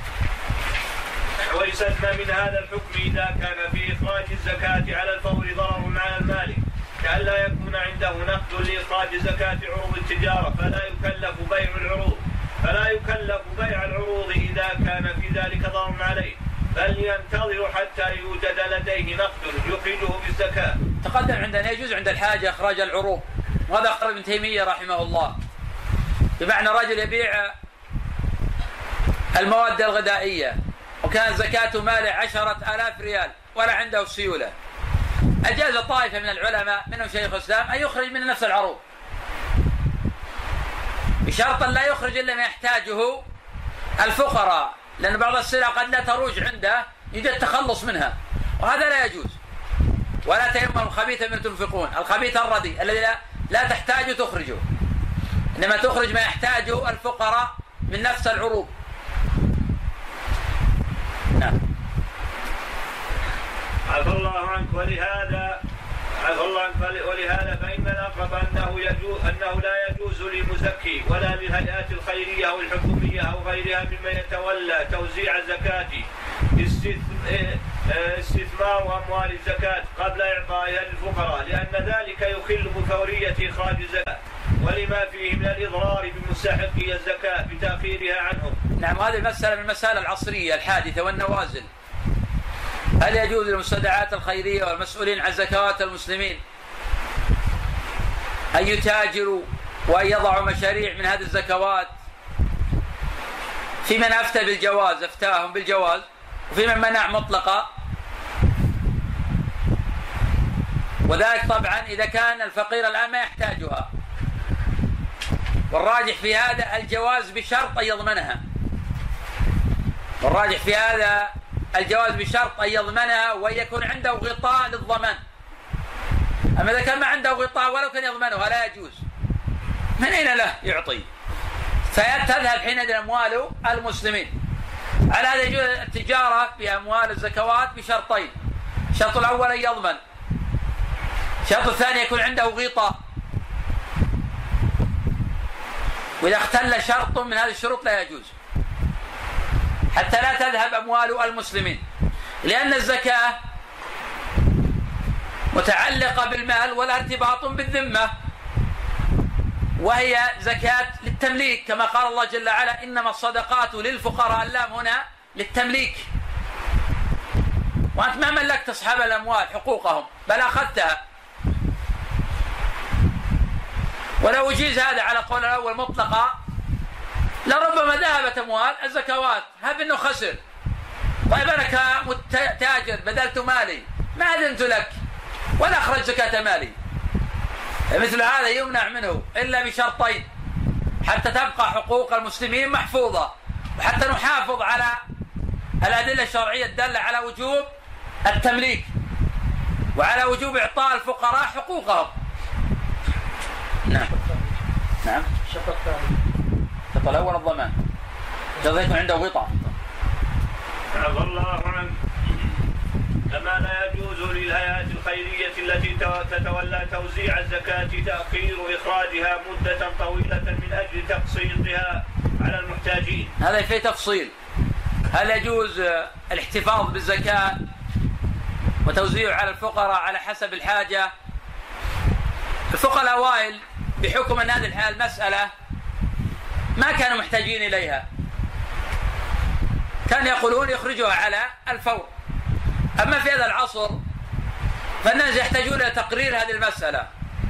Speaker 1: ويستثنى من هذا الحكم إذا كان في إخراج الزكاة على الفور ضرر على المالك، كأن لا يكون عنده نقد لإخراج زكاة عروض التجارة فلا يكلف بيع العروض فلا يكلف بيع العروض إذا كان في ذلك ضرر عليه، بل ينتظر حتى يوجد لديه نقد يخرجه بالزكاة.
Speaker 2: تقدم عندنا يجوز عند الحاجة إخراج العروض، وهذا أخرج ابن تيمية رحمه الله، بمعنى رجل يبيع المواد الغذائية وكان زكاة ماله عشرة آلاف ريال ولا عنده سيولة، أجاز طائفة من العلماء منهم شيخ الإسلام أن يخرج من نفس العروض بشرط لا يخرج إلا ما يحتاجه الفقراء، لأن بعض السلع قد لا تروج عنده يوجد تخلص منها، وهذا لا يجوز. ولا تيمموا الخبيث مما تنفقون، الخبيث الردي الذي لا, لا تحتاج تخرجه، إنما تخرج ما يحتاجه الفقراء من نفس العروض. نعم.
Speaker 1: عفى الله عنك. ولهذا عفى الله عنك ولهذا فإن الأقرب أنه يجوز أنه لا يجوز للمزكي ولا للهيئات الخيرية أو الحكومية أو غيرها ممن يتولى توزيع الزكاة استثمار أموال الزكاة قبل إعطائها للفقراء، لأن ذلك يخل بفورية إخراج الزكاة ولما فيه من الإضرار بمستحقي الزكاة بتأخيرها عنهم.
Speaker 2: نعم. هذه المسألة من المسائل العصرية الحادثة والنوازل. هل يجوز للمستودعات الخيرية والمسؤولين عن زكوات المسلمين أن يتاجروا وأن يضعوا مشاريع من هذه الزكوات؟ في من أفتى بالجواز أفتاهم بالجواز، وفي من منع مطلقا، وذلك طبعا إذا كان الفقير الآن ما يحتاجها، والراجح في هذا الجواز بشرط أن يضمنها والراجح في هذا الجواز بشرط أن يضمنها وأن يكون عنده غطاء للضمان. أما إذا كان ما عنده غطاء ولو كان يضمنها لا يجوز، من أين له يعطي؟ فتذهب حينئذ أموال المسلمين. على هذا يجوز التجارة بأموال الزكوات بشرطين: الشرط الأول أن يضمن، الشرط الثاني يكون عنده غطاء، وإذا اختل شرط من هذه الشروط لا يجوز حتى لا تذهب أموال المسلمين، لأن الزكاة متعلقة بالمال ولا ارتباط بالذمة، وهي زكاة للتمليك كما قال الله جل وعلا: إنما الصدقات للفقراء. اللام هنا للتمليك، وأنت ما ملكت أصحاب الأموال حقوقهم بل أخذتها. ولو أجيز هذا على قول الأول مطلقا لربما ذهبت أموال الزكوات، هب أنه خسر. طيب أنا كتاجر بذلت مالي ما أذنت لك ولا أخرج زكاة مالي، مثل هذا يمنع منه إلا بشرطين حتى تبقى حقوق المسلمين محفوظة، وحتى نحافظ على الأدلة الشرعية الدالة على وجوب التمليك وعلى وجوب إعطاء الفقراء حقوقهم. نعم. نعم.
Speaker 4: الشرط الثاني
Speaker 2: الشرط الأول الضمان، جزء يكون عنده غطاء.
Speaker 1: عفى الله عنك. كما لا يجوز للهيئات الخيرية التي تتولى توزيع الزكاة تأخير إخراجها مدة طويلة من أجل تقسيطها على المحتاجين.
Speaker 2: هذا فيه تفصيل. هل يجوز الاحتفاظ بالزكاة وتوزيعها على الفقراء على حسب الحاجة؟ الفقراء الأوائل بحكم أن هذه المسألة ما كانوا محتاجين إليها، كانوا يقولون يخرجوها على الفور. أما في هذا العصر فالناس يحتاجون إلى تقرير هذه المسألة،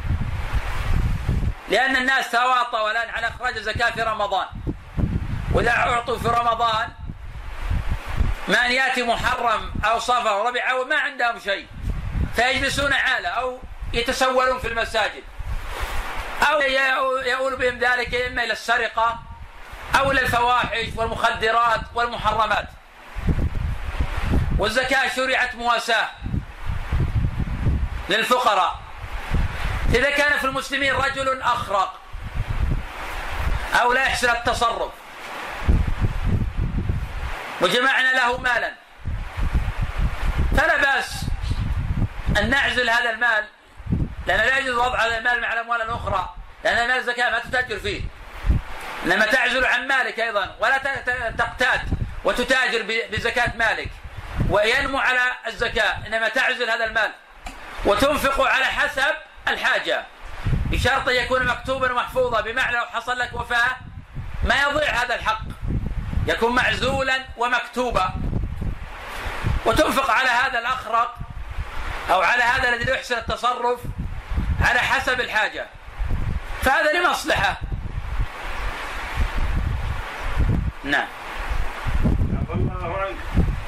Speaker 2: لأن الناس تواطؤوا الآن على إخراج الزكاة في رمضان، وإذا أعطوا في رمضان من يأتي محرم أو صفر أو ربيع أو ما عندهم شيء فيجلسون عالة أو يتسولون في المساجد أو يؤول بهم ذلك إما إلى السرقة أو إلى الفواحش والمخدرات والمحرمات. والزكاة شرعت مواساة للفقراء. إذا كان في المسلمين رجل أخرق أو لا يحسن التصرف وجمعنا له مالا فلا بأس أن نعزل هذا المال، لأن لا يجوز وضع هذا المال مع الأموال الأخرى، لأن المال الزكاة ما تتاجر فيه، إنما تعزل عن مالك أيضا، ولا تقتات وتتاجر بزكاة مالك وينمو على الزكاة، إنما تعزل هذا المال وتنفق على حسب الحاجة بشرط يكون مكتوبا ومحفوظا، بمعنى لو حصل لك وفاة ما يضيع هذا الحق، يكون معزولا ومكتوبا، وتنفق على هذا الأخرق أو على هذا الذي لا يحسن التصرف على حسب الحاجة، فهذا لمصلحة. نعم.
Speaker 1: عفى الله عنك.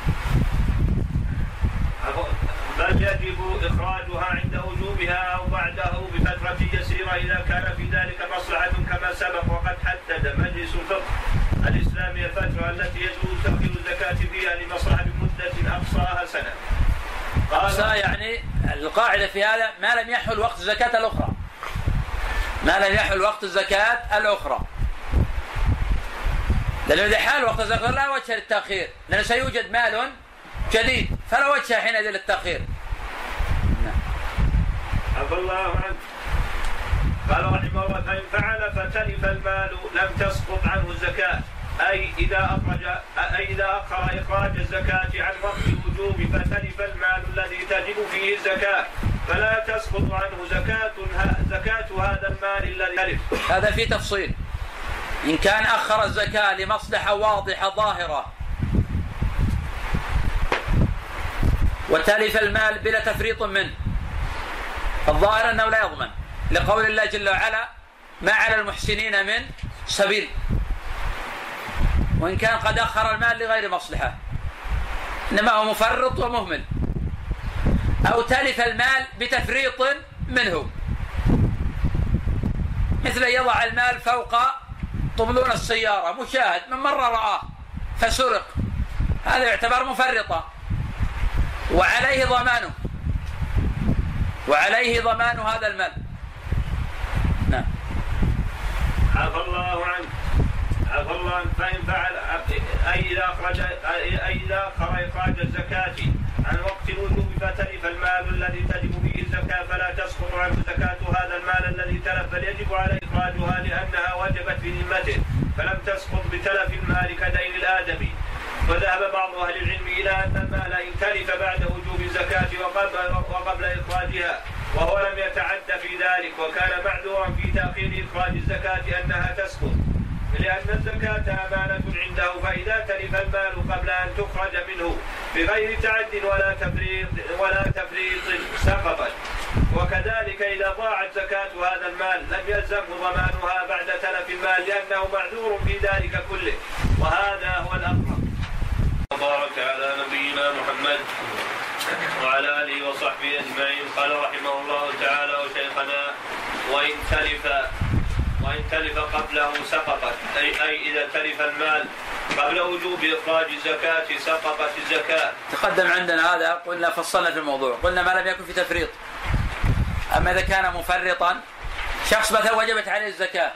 Speaker 1: بل يجب إخراجها عند وجوبها أو بعده بفترة يسيرة إذا كان في ذلك مصلحة كما سبق، وقد حدد مجلس الفقه الإسلامي الفترة التي يجوز تأخير الزكاة فيها لمصلحة بمدة أقصاها سنة.
Speaker 2: أقصى يعني القاعدة في هذا ما لم يحل وقت الزكاة الأخرى، ما لم يحل وقت الزكاة الأخرى، لأنه إذا حال وقت الزكاة لا وجه للتأخير، لأنه سيوجد مال جديد فلا وجه حينئذ للتأخير.
Speaker 1: عفى الله عنه. قال رحمه الله: فإن فعل فتلف المال لم تسقط عنه الزكاة، أي إذا أخرج أي إذا أخر إخراج الزكاة عن وقت الوجوب فتلف المال الذي تجب فيه الزكاة فلا تسقط عنه زكاة زكاة هذا المال الذي تلف.
Speaker 2: هذا فيه تفصيل. إن كان أخر الزكاة لمصلحة واضحة ظاهرة وتلف المال بلا تفريط منه، الظاهر أنه لا يضمن، لقول الله جل وعلا: ما على المحسنين من سبيل. وإن كان قد أخر المال لغير مصلحة إنما هو مفرط ومهمل، أو تلف المال بتفريط منه، مثل يضع المال فوق طبلون السيارة مشاهد من مرة رآه فسرق، هذا يعتبر مفرطا وعليه ضمانه وعليه ضمان هذا المال. نعم.
Speaker 1: عفى الله عنك. عفى الله عنك. فإن فعل أي إذا أخرج أي إذا أخر إخراج الزكاة عن وقت الوجوب فتلف المال الذي تجب فيه الزكاة فلا تسقط عنه زكاة هذا المال الذي تلف، بل يجب عليه إخراجها لأنها وجبت في ذمته، فلم تسقط بتلف المال كدين الآدمي. وذهب بعض أهل العلم إلى أن المال إن تلف بعد وجوب الزكاة وقبل, وقبل إخراجها وهو لم يتعد في ذلك وكان معذورا في تأخير إخراج الزكاة أنها تسقط، لأن الزكاة أمانة عنده، فإذا تلف المال قبل أن تخرج منه بغير تعد ولا تفريط ولا تفريط سقطت. وكذلك إذا ضاعت زكاة هذا المال لم يلزمه ضمانها بعد تلف المال لأنه معذور في ذلك كله، وهذا هو الأقرب. وبارك على نبينا محمد وعلى آله وصحبه أجمعين. قال رحمه الله تعالى: وشيخنا وإن تلف وإن تلف قبله سقطت، أي, أي إذا تلف المال قبل وجوب إخراج الزكاة سقطت الزكاة.
Speaker 2: تقدم عندنا هذا، قلنا فصلنا في الموضوع، قلنا ما لم يكن في تفريط. أما إذا كان مفرطا، شخص مثلا وجبت عليه الزكاة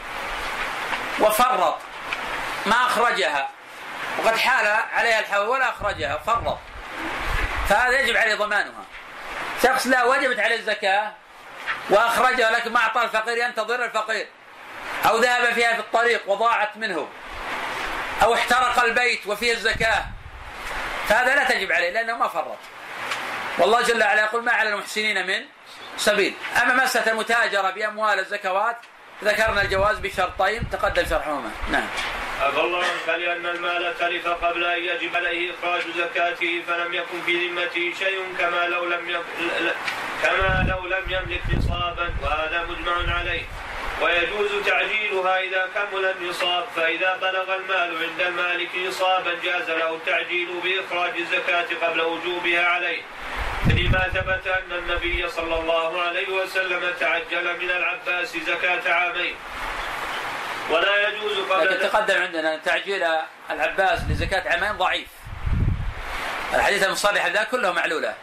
Speaker 2: وفرط ما أخرجها وقد حال عليها الحول ولا أخرجها، فرط، فهذا يجب عليه ضمانها. شخص لا وجبت عليه الزكاة وأخرجها لكن ما أعطى الفقير ينتظر الفقير، أو ذهب فيها في الطريق وضاعت منه، أو احترق البيت وفيه الزكاة، فهذا لا تجب عليه لأنه ما فرط. والله جل وعلا يقول: ما على المحسنين من سبيل. أما مسألة المتاجرة بأموال الزكوات ذكرنا الجواز بشرطين تقدم شرحهما. نعم.
Speaker 1: عفى الله عنك. لأن المال تلف قبل أن يجب عليه إخراج زكاته فلم يكن في ذمته شيء كما لو لم يك... كما لو لم يملك نصابا، وهذا مجمع عليه. ويجوز تعجيلها إذا كمل النصاب، فإذا بلغ المال عند المالك نصابا جاز له التعجيل بإخراج الزكاة قبل وجوبها عليه، لما ثبت أن النبي صلى الله عليه وسلم تعجل من العباس زكاة عامين. ولا يجوز قبل
Speaker 2: لكن تقدم عندنا تعجيل العباس لزكاة عامين ضعيف، الحديث المصرح ذا كله معلولة،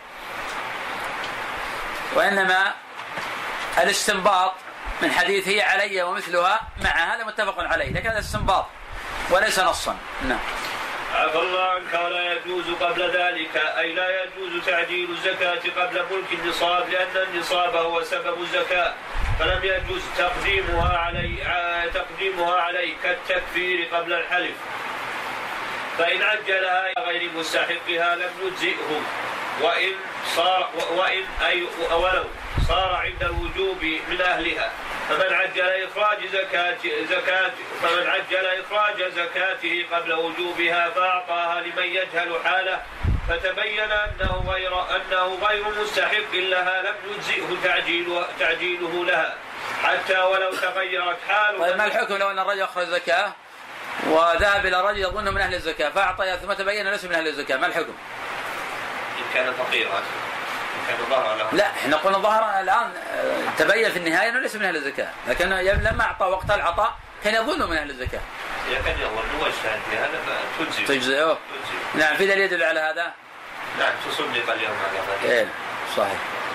Speaker 2: وإنما الاستنباط من حديث هي علي ومثلها مع هذا متفق عليه، لكن هذا استنباط وليس نصا. نعم.
Speaker 1: عفى الله عنك. ولا يجوز قبل ذلك، أي لا يجوز تعجيل الزكاة قبل ملك النصاب، لأن النصاب هو سبب الزكاة، فلم يجوز تقديمها عليه تقديمها عليه كالتكفير قبل الحلف، فإن عجلها غير مستحقها لم يجزئه، وإن صار وإن أي ولو صار عند الوجوب من أهلها، فمن عجل إخراج زكاة زكاة فمن عجل إخراج زكاته قبل وجوبها فأعطاها لمن يجهل حاله فتبين أنه غير أنه غير مستحق لها لم يجزئه تعجيل تعجيله لها حتى ولو تغيرت حاله.
Speaker 2: طيب ما الحكم لو أن الرجل أخرج زكاة وذهب إلى رجل يظنه من أهل الزكاة فأعطى ثم تبين ليس من أهل الزكاة، ما الحكم؟
Speaker 1: إن كان فقيرا كان ظهر له.
Speaker 2: لا، احنا قلنا ظهر الآن تبين في النهاية أنه ليس من أهل الزكاة، لكن لما أعطى وقت العطاء كان يظنه من أهل الزكاة.
Speaker 1: إذا كان يظنه واجتهد في هذا فتجزئه.
Speaker 2: تجزئه. نعم، في دليل يدل على هذا؟
Speaker 1: نعم، تصدق اليوم على ذلك.
Speaker 2: إيه صحيح.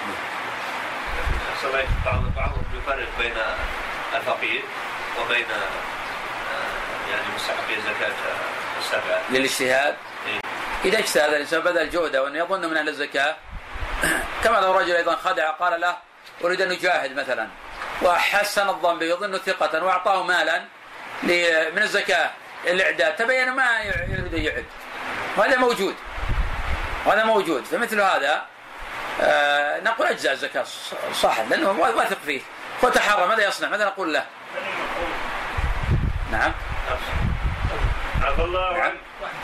Speaker 1: صحيح. بعضهم يفرق بين الفقير وبين يعني مستحقي الزكاة السبعة
Speaker 2: للاجتهاد.
Speaker 1: إيه؟
Speaker 2: إذا اجتهد الإنسان بذل جهده وأنه يظن من أهل الزكاة، كما لو رجل أيضا خدع قال له أريد أن أجاهد مثلا وحسن الظن به يظن ثقة وأعطاه مالا من الزكاة الإعداد، تبين ما يريد يعد، وهذا موجود وهذا موجود، فمثل هذا آه نقول أجزاء الزكاة صح لأنه واثق فيه وتحرى ماذا يصنع، ماذا نقول له؟ نعم.
Speaker 1: عفى الله عنك.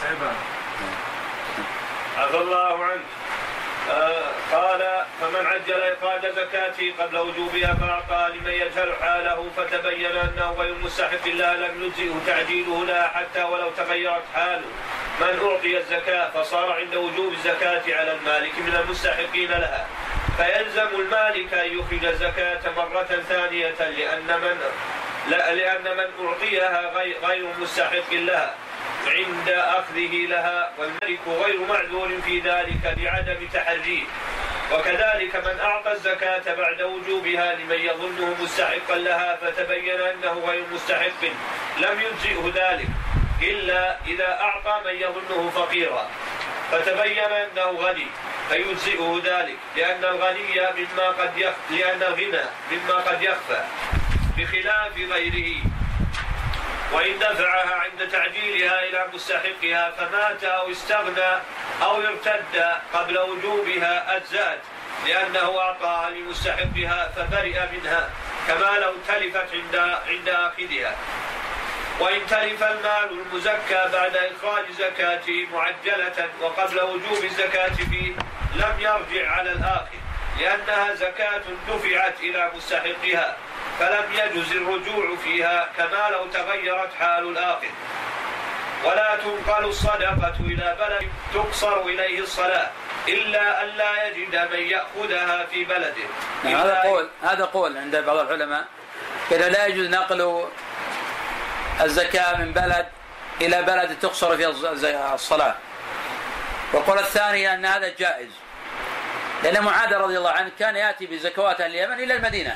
Speaker 1: عفى الله عنك. آه قال فمن عجل إخراج زكاته قبل وجوبها فأعطى لمن يجهل حاله فتبين أنه غير مستحق لها لم يجزئه تعجيله لها حتى ولو تغيرت حاله. من أعطي الزكاة فصار عند وجوب الزكاة على المالك من المستحقين لها، فيلزم المالك أن يخرج الزكاة مرة ثانية لأن من لا لأن من أعطيها غير مستحق لها عند أخذه لها، والملك غير معذور في ذلك لعدم تحريه. وكذلك من أعطى الزكاة بعد وجوبها لمن يظنه مستحقا لها فتبين أنه غير مستحق لم يجزئه ذلك إلا إذا أعطى من يظنه فقيرا فتبين أنه غني فيجزئه ذلك، لأن الغني مما قد يخ... لأن الغنى مما قد يخفى بخلاف غيره. وإن دفعها عند تعجيلها إلى مستحقها فمات أو استغنى أو ارتد قبل وجوبها أجزأت، لأنه أعطاها لمستحقها فبرئ منها كما لو تلفت عند عند آخذها. وإن تلف المال المزكى بعد إخراج زكاته معجلة وقبل وجوب الزكاة فيه لم يرجع على الآخذ، لأنها زكاة دفعت إلى مستحقها فلم يجوز الرجوع فيها كما لو تغيرت حال الآخذ. ولا تنقل الصدقة إلى بلد تقصر إليه الصلاة إلا أن لا يجد من يأخذها في بلده.
Speaker 2: هذا قول هذا قول عند بعض العلماء إذا لا يجوز نقل الزكاة من بلد إلى بلد تقصر فيها الصلاة. والقول الثاني أن هذا جائز، لأن معاذ رضي الله عنه كان يأتي بزكوات أهل اليمن إلى المدينة،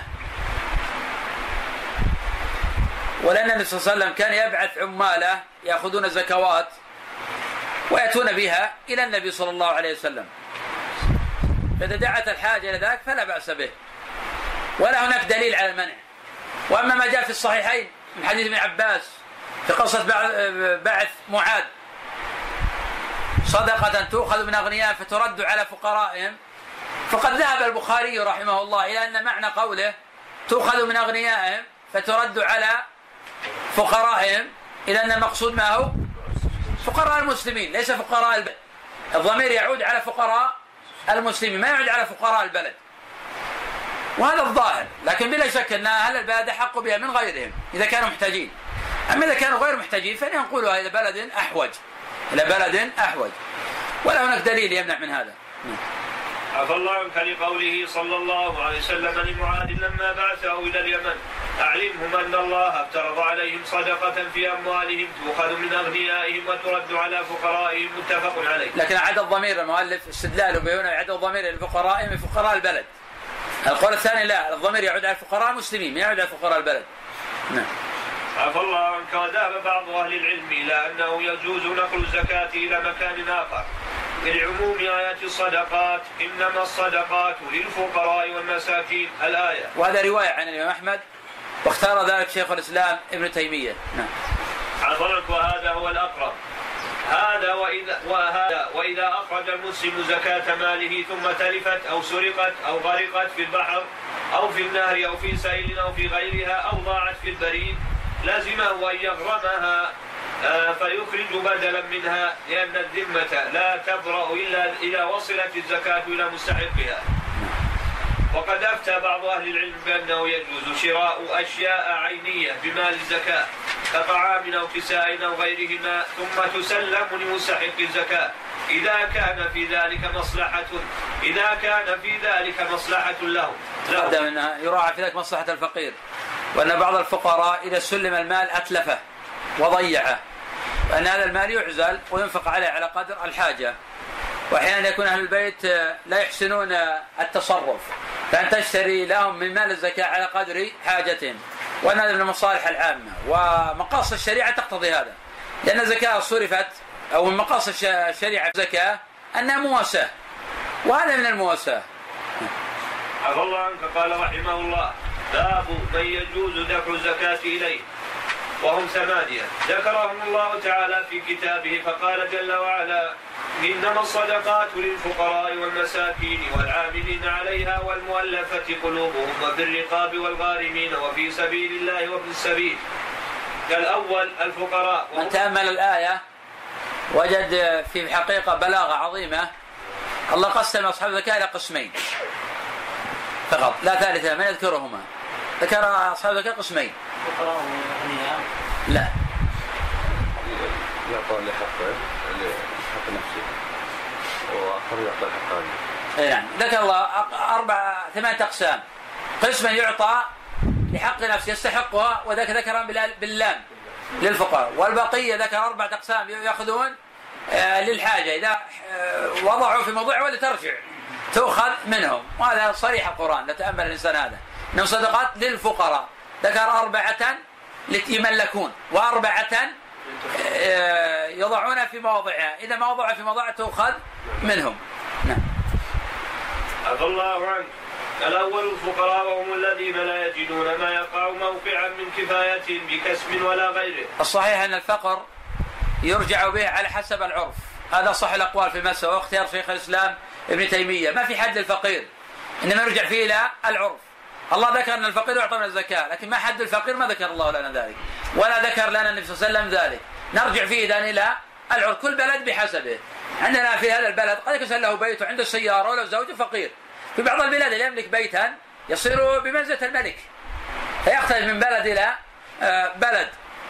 Speaker 2: ولأن النبي صلى الله عليه وسلم كان يبعث عماله يأخذون الزكوات ويأتون بها إلى النبي صلى الله عليه وسلم، فإذا دعت الحاجة إلى ذلك فلا بأس به ولا هناك دليل على المنع. وأما ما جاء في الصحيحين من حديث ابن عباس في قصة بعث معاذ صدقة تؤخذ من أغنياء فترد على فقرائهم، فقد ذهب البخاري رحمه الله إلى أن معنى قوله تؤخذ من أغنيائهم فترد على فقرائهم إلى أن المقصود ما هو فقراء المسلمين ليس فقراء البلد. الضمير يعود على فقراء المسلمين ما يعود على فقراء البلد. وهذا الظاهر، لكن بلا شك أن أهل البلد أحق بها من غيرهم إذا كانوا محتاجين. أما إذا كانوا غير محتاجين فلينقلوها إلى بلد أحوج إلى بلد أحوج، ولا هناك دليل يمنع من هذا.
Speaker 1: عفى الله عنك لقوله صلى الله عليه وسلم لمعاذ لما بعثه إلى اليمن: أعلمهم أن الله افترض عليهم صدقة في أموالهم تؤخذ من أغنيائهم وترد على فقرائهم، متفق عليه.
Speaker 2: لكن عاد الضمير المؤلف استدلاله بهنا يعد الضمير للفقراء من فقراء البلد. القول الثاني لا، الضمير يعود على فقراء المسلمين، ما يعود على فقراء البلد. نعم.
Speaker 1: عفى الله عنك. وذهب بعض أهل العلم إلى أنه يجوز نقل الزكاة إلى مكان آخر لعموم آيات الصدقات: إنما الصدقات للفقراء والمساكين، الآية.
Speaker 2: وهذا رواية عن الإمام أحمد، واختار ذلك شيخ الإسلام ابن تيمية. نعم.
Speaker 1: عفى عنك. وهذا هو الأقرب. هذا وإذا, وهذا وإذا أخرج المسلم زكاة ماله ثم تلفت أو سرقت أو غرقت في البحر أو في النهر أو في سيل أو في غيرها أو ضاعت في البريد لزمه أن يغرمها فيخرج بدلا منها، لأن الذمة لا تبرأ إلا إذا وصلت الزكاة إلى مستحقها. وقد أفتى بعض أهل العلم بأنه يجوز شراء أشياء عينية بمال الزكاة كطعام أو كساء أو غيرهما ثم تسلم لمستحق الزكاة إذا كان في ذلك مصلحة إذا كان في ذلك مصلحة له.
Speaker 2: تقدم أنها يراعى في ذلك مصلحة الفقير، وأن بعض الفقراء إذا سلم المال أتلفه وضيعه، وأن هذا المال يعزل وينفق عليه على قدر الحاجة. وأحيانا يكون أهل البيت لا يحسنون التصرف، فأن تشتري لهم من مال الزكاة على قدر حاجتهم، وأن هذا من المصالح العامة، ومقاصد الشريعة تقتضي هذا، لأن الزكاة صرفت أو من مقاصد الشريعة في الزكاة أنها مواساة، وهذا من المواساة.
Speaker 1: عفى الله عنك. قال رحمه الله: باب من يجوز دفع الزكاة إليه، وهم ثمانية ذكرهم الله تعالى في كتابه، فقال جل وعلا: إنما الصدقات للفقراء والمساكين والعاملين عليها والمؤلفة قلوبهم وفي الرقاب والغارمين وفي سبيل الله وابن السبيل. كالأول الفقراء.
Speaker 2: من تأمل الآية وجد في الحقيقة بلاغة عظيمة. الله قسم أصحاب الزكاة إلى قسمين فقط، لا ثالث من يذكرهما. ذكر أصحاب الزكاة قسمين. لا
Speaker 4: يعطى لحقه لحق نفسه وآخر يعطى لحقه.
Speaker 2: إيه نعم. ذكر الله أربع ثمانية أقسام. قسما يعطى لحق نفسه يستحقها، وذاك ذكر باللام للفقراء، والبقية ذكر أربعة أقسام يأخذون للحاجة إذا وضعوا في موضوع ولترجع تأخذ منهم، وهذا صريح القرآن. نتأمل الإنسان هذا. إنهم صدقات للفقراء، ذكر أربعة يملكون وأربعة يضعون في مواضعها، إذا ما وضعوا في مواضعها تأخذ منهم. نعم.
Speaker 1: عفى الله عنك. الأول الفقراء وهم الذين لا يجدون ما يقع موقعا من كفايتهم بكسب ولا غيره.
Speaker 2: الصحيح أن الفقر يرجع به على حسب العرف، هذا صح الأقوال في المسألة، واختيار شيخ الإسلام ابن تيمية. ما في حد للفقير، إنما يرجع فيه إلى العرف. الله ذكر أن الفقير يعطى من الزكاة، لكن ما حد الفقير، ما ذكر الله لنا ذلك، ولا ذكر لنا النبي صلى الله عليه وسلم ذلك. نرجع فيه إذن إلى العرف، كل بلد بحسبه. عندنا في هذا البلد قد يكون له بيت وعنده سيارة وله زوج فقير، في بعض البلاد اللي يملك بيتا يصير بمنزلة الملك، فيختلف من بلد إلى بلد.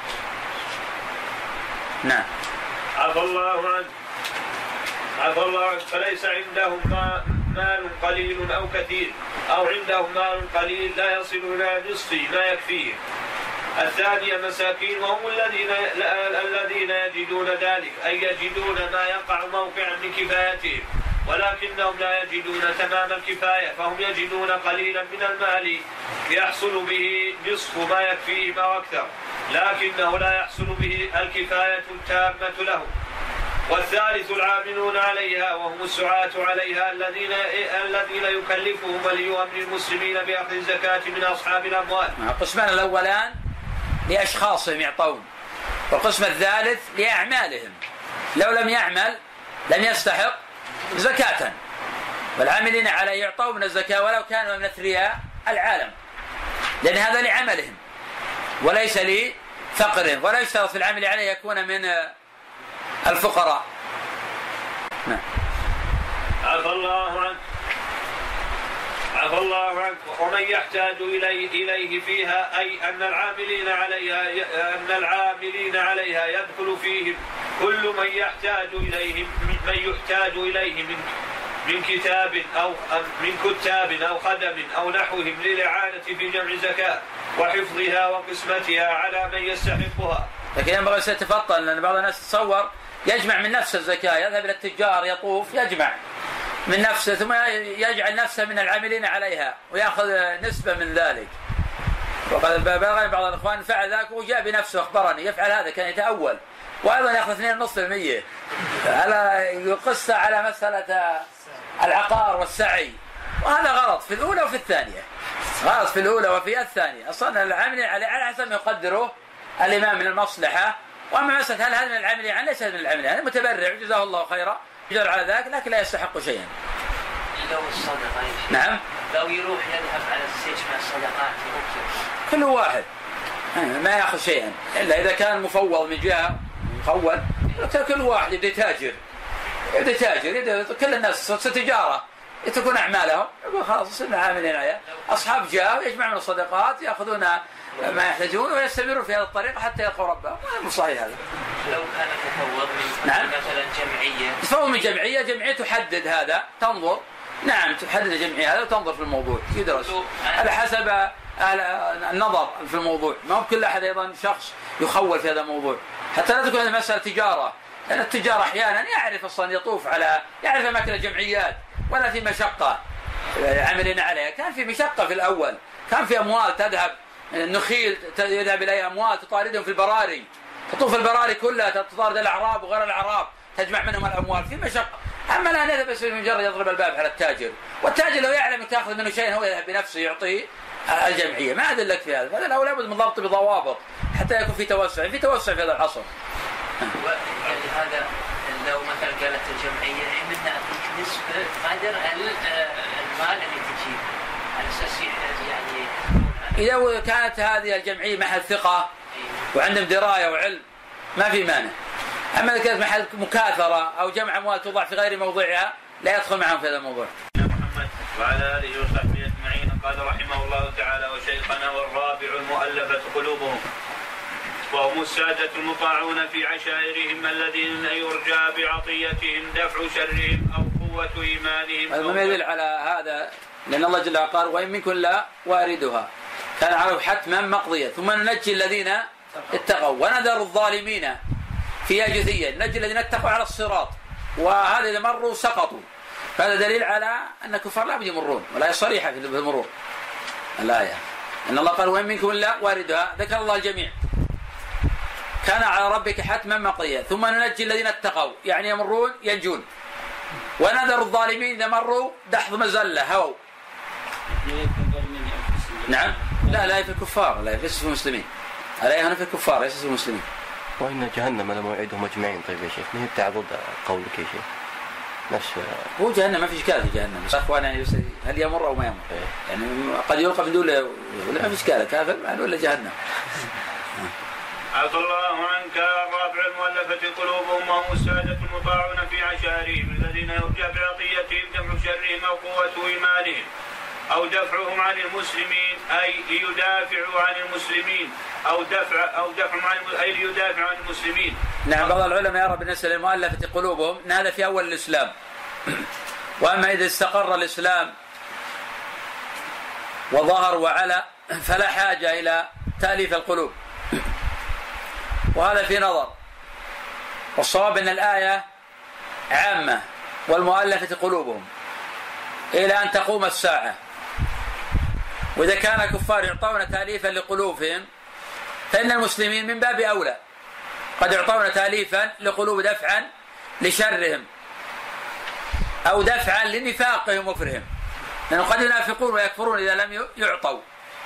Speaker 2: نعم.
Speaker 1: عفى الله عنه. عفى الله عنه. فليس عندهم مال قليل أو كثير، أو عندهم مال قليل لا يصل إلى نصف ما يكفيه. الثانية مساكين، وهم الذين الذين يجدون ذلك، أي يجدون ما يقع موقعا من كفايتهم، ولكنهم لا يجدون تمام الكفاية، فهم يجدون قليلا من المال يحصل به نصف ما يكفيهم أو أكثر، لكنه لا يحصل به الكفاية التامة لهم. والثالث العاملون عليها، وهم السعاة عليها الذين الذين يكلفهم ولي أمر المسلمين بأخذ الزكاة من أصحاب الأموال.
Speaker 2: القسمان الأولان لأشخاصهم يعطون، والقسم الثالث لأعمالهم، لو لم يعمل لم يستحق زكاة، والعاملين عليه يعطوا من الزكاة ولو كانوا من أثرياء العالم، لأن هذا لعملهم وليس لفقرهم، ولا يشترط في العامل عليه يكون من الفقراء. نعم.
Speaker 1: عفى الله عنك. عفى الله عنك. ومن يحتاج إليه, إليه فيها أي أن العاملين عليها أن العاملين عليها يدخل فيهم كل من يحتاج إليه من يحتاج إليه من من كتاب أو من كتاب أو خدم أو نحوهم للإعانة في جمع زكاة وحفظها وقسمتها على من يستحقها.
Speaker 2: لكن ينبغي أن يتفطن، لأن بعض الناس تصور يجمع من نفسه الزكاة، يذهب إلى التجار يطوف يجمع من نفسه ثم يجعل نفسه من العاملين عليها ويأخذ نسبة من ذلك. وقد بلغني بعض الإخوان فعل ذلك وجاء بنفسه أخبرني يفعل هذا، كان يتأول وأيضا يأخذ اثنين ونصف المية على يقصها على مسألة العقار والسعي، وهذا غلط في الأولى وفي الثانية، غلط في الأولى وفي الثانية. أصلا العاملين عليه على حسب ما يقدره الإمام من المصلحة. وأما مسألة هل هذا من العاملين عنه ليس من العاملين عنه، متبرع جزاه الله خيرا يجر على ذلك لكن لا يستحق شيئا.
Speaker 5: لو الصدقة
Speaker 2: نعم،
Speaker 5: لو يروح يذهب على السجن الصدقات
Speaker 2: كل واحد ما يأخذ شيئا إلا إذا كان مفوض من جهة مخول. كل واحد يبدأ تاجر يبدأ تاجر يبدأ كل الناس ستجارة يتركون أعمالهم خلاص يصيرون عاملين عليها. أصحاب جاء ويجمعون من الصدقات يأخذون ما يحتاجون ويستمرون في هذا الطريق حتى يلقوا ربهم. مو صحيح هذا.
Speaker 5: لو كان تفوض من
Speaker 2: نعم.
Speaker 5: مثلا جمعية
Speaker 2: تفوض من جمعية جمعية تحدد هذا تنظر. نعم تحدد الجمعية هذا وتنظر في الموضوع يدرس على حسب النظر في الموضوع. ما هو كل أحد أيضا شخص يخول في هذا الموضوع حتى لا تكون هذه مسألة تجارة، لأن التجار أحيانا يعرف أصلا يطوف على يعرف أماكن الجمعيات ولا في مشقة عاملين عليها. كان في مشقة في الأول، كان في أموال تذهب النخيل يذهب إليها أموال تطاردهم في البراري، تطوف البراري كلها تطارد الأعراب وغير الأعراب تجمع منهم الأموال في مشقة. أما الآن يذهب بس مجرد يضرب الباب على التاجر، والتاجر لو يعلم تأخذ منه شيء هو يذهب بنفسه يعطيه الجمعية. ما أدلك في هذا، فهذا لا بد من ضبط بضوابط حتى يكون في توسع في توسع في هذا العصر.
Speaker 5: يعني هذا لو مثلا قالت الجمعية حملنا أعطيك نسبة قدر المال اللي تجيب على أساس يعني
Speaker 2: إذا كانت هذه الجمعية محل ثقة وعندهم دراية وعلم ما في مانع. أما إذا كانت محل مكاثرة أو جمع أموال توضع في غير موضعها لا يدخل معهم في هذا الموضوع.
Speaker 1: محمد وعلى آله وصحبه أجمعين. قال رحمه الله تعالى: وشيخنا والرابع المؤلفة قلوبهم، وهم السادة المطاعون في عشائرهم الذين يرجى بعطيتهم دفع شرهم أو قوة إيمانهم.
Speaker 2: هذا ما يدل على هذا، لأن الله جل وعلا قال: وإن منكم لا واردها كان عليه حتما مقضية ثم ننجي الذين اتقوا ونذر الظالمين فيها جثيا. ننجي الذين اتقوا على الصراط، وهذا إذا مروا سقطوا. فهذا دليل على أن الكفار لا بد يمرون، ولا صريحة في المرور الآية أن الله قال: وإن منكم لا واردها، ذكر الله الجميع. كان على ربك حتما مقضية ثم ننجي الذين اتقوا، يعني يمرون ينجون، ونذر الظالمين إذا مروا دحض مزلة هو. نعم، لا لا في الكفار، لا في المسلمين. الآية هنا في الكفار ليس في المسلمين.
Speaker 6: وإن جهنم لموعدهم أجمعين. طيب يا شيخ، ما هي تعضد قولك يا شيخ؟ نفس
Speaker 2: هو جهنم ما في إشكال في جهنم، بس أخوانا هل يمر أو ما يمر؟ إيه؟ يعني قد يلقى بدون ولا ما في إشكال، كافر ما ولا جهنم.
Speaker 1: عفى الله عنك. الرابع المؤلفة قلوبهم، وهم السادة المطاعون في عشائرهم الذين يرجى بعطيتهم دفع شرهم أو قوة إيمانهم أو دفعهم عن المسلمين، أي ليدافعوا عن المسلمين أو دفع أو دفع عن أي ليدافعوا عن المسلمين.
Speaker 2: نعم، بعض العلماء يرى بالنسبة للمؤلفة قلوبهم أن هذا في أول الإسلام، وأما إذا استقر الإسلام وظهر وعلى فلا حاجة إلى تأليف القلوب، وهذا في نظر. والصواب أن الآية عامة والمؤلفة قلوبهم إلى أن تقوم الساعة. وإذا كان الكفار يعطون تأليفا لقلوبهم فإن المسلمين من باب أولى قد يعطون تأليفا لقلوب دفعا لشرهم أو دفعا لنفاقهم وكفرهم، لأنه قد ينافقون ويكفرون إذا لم يعطوا،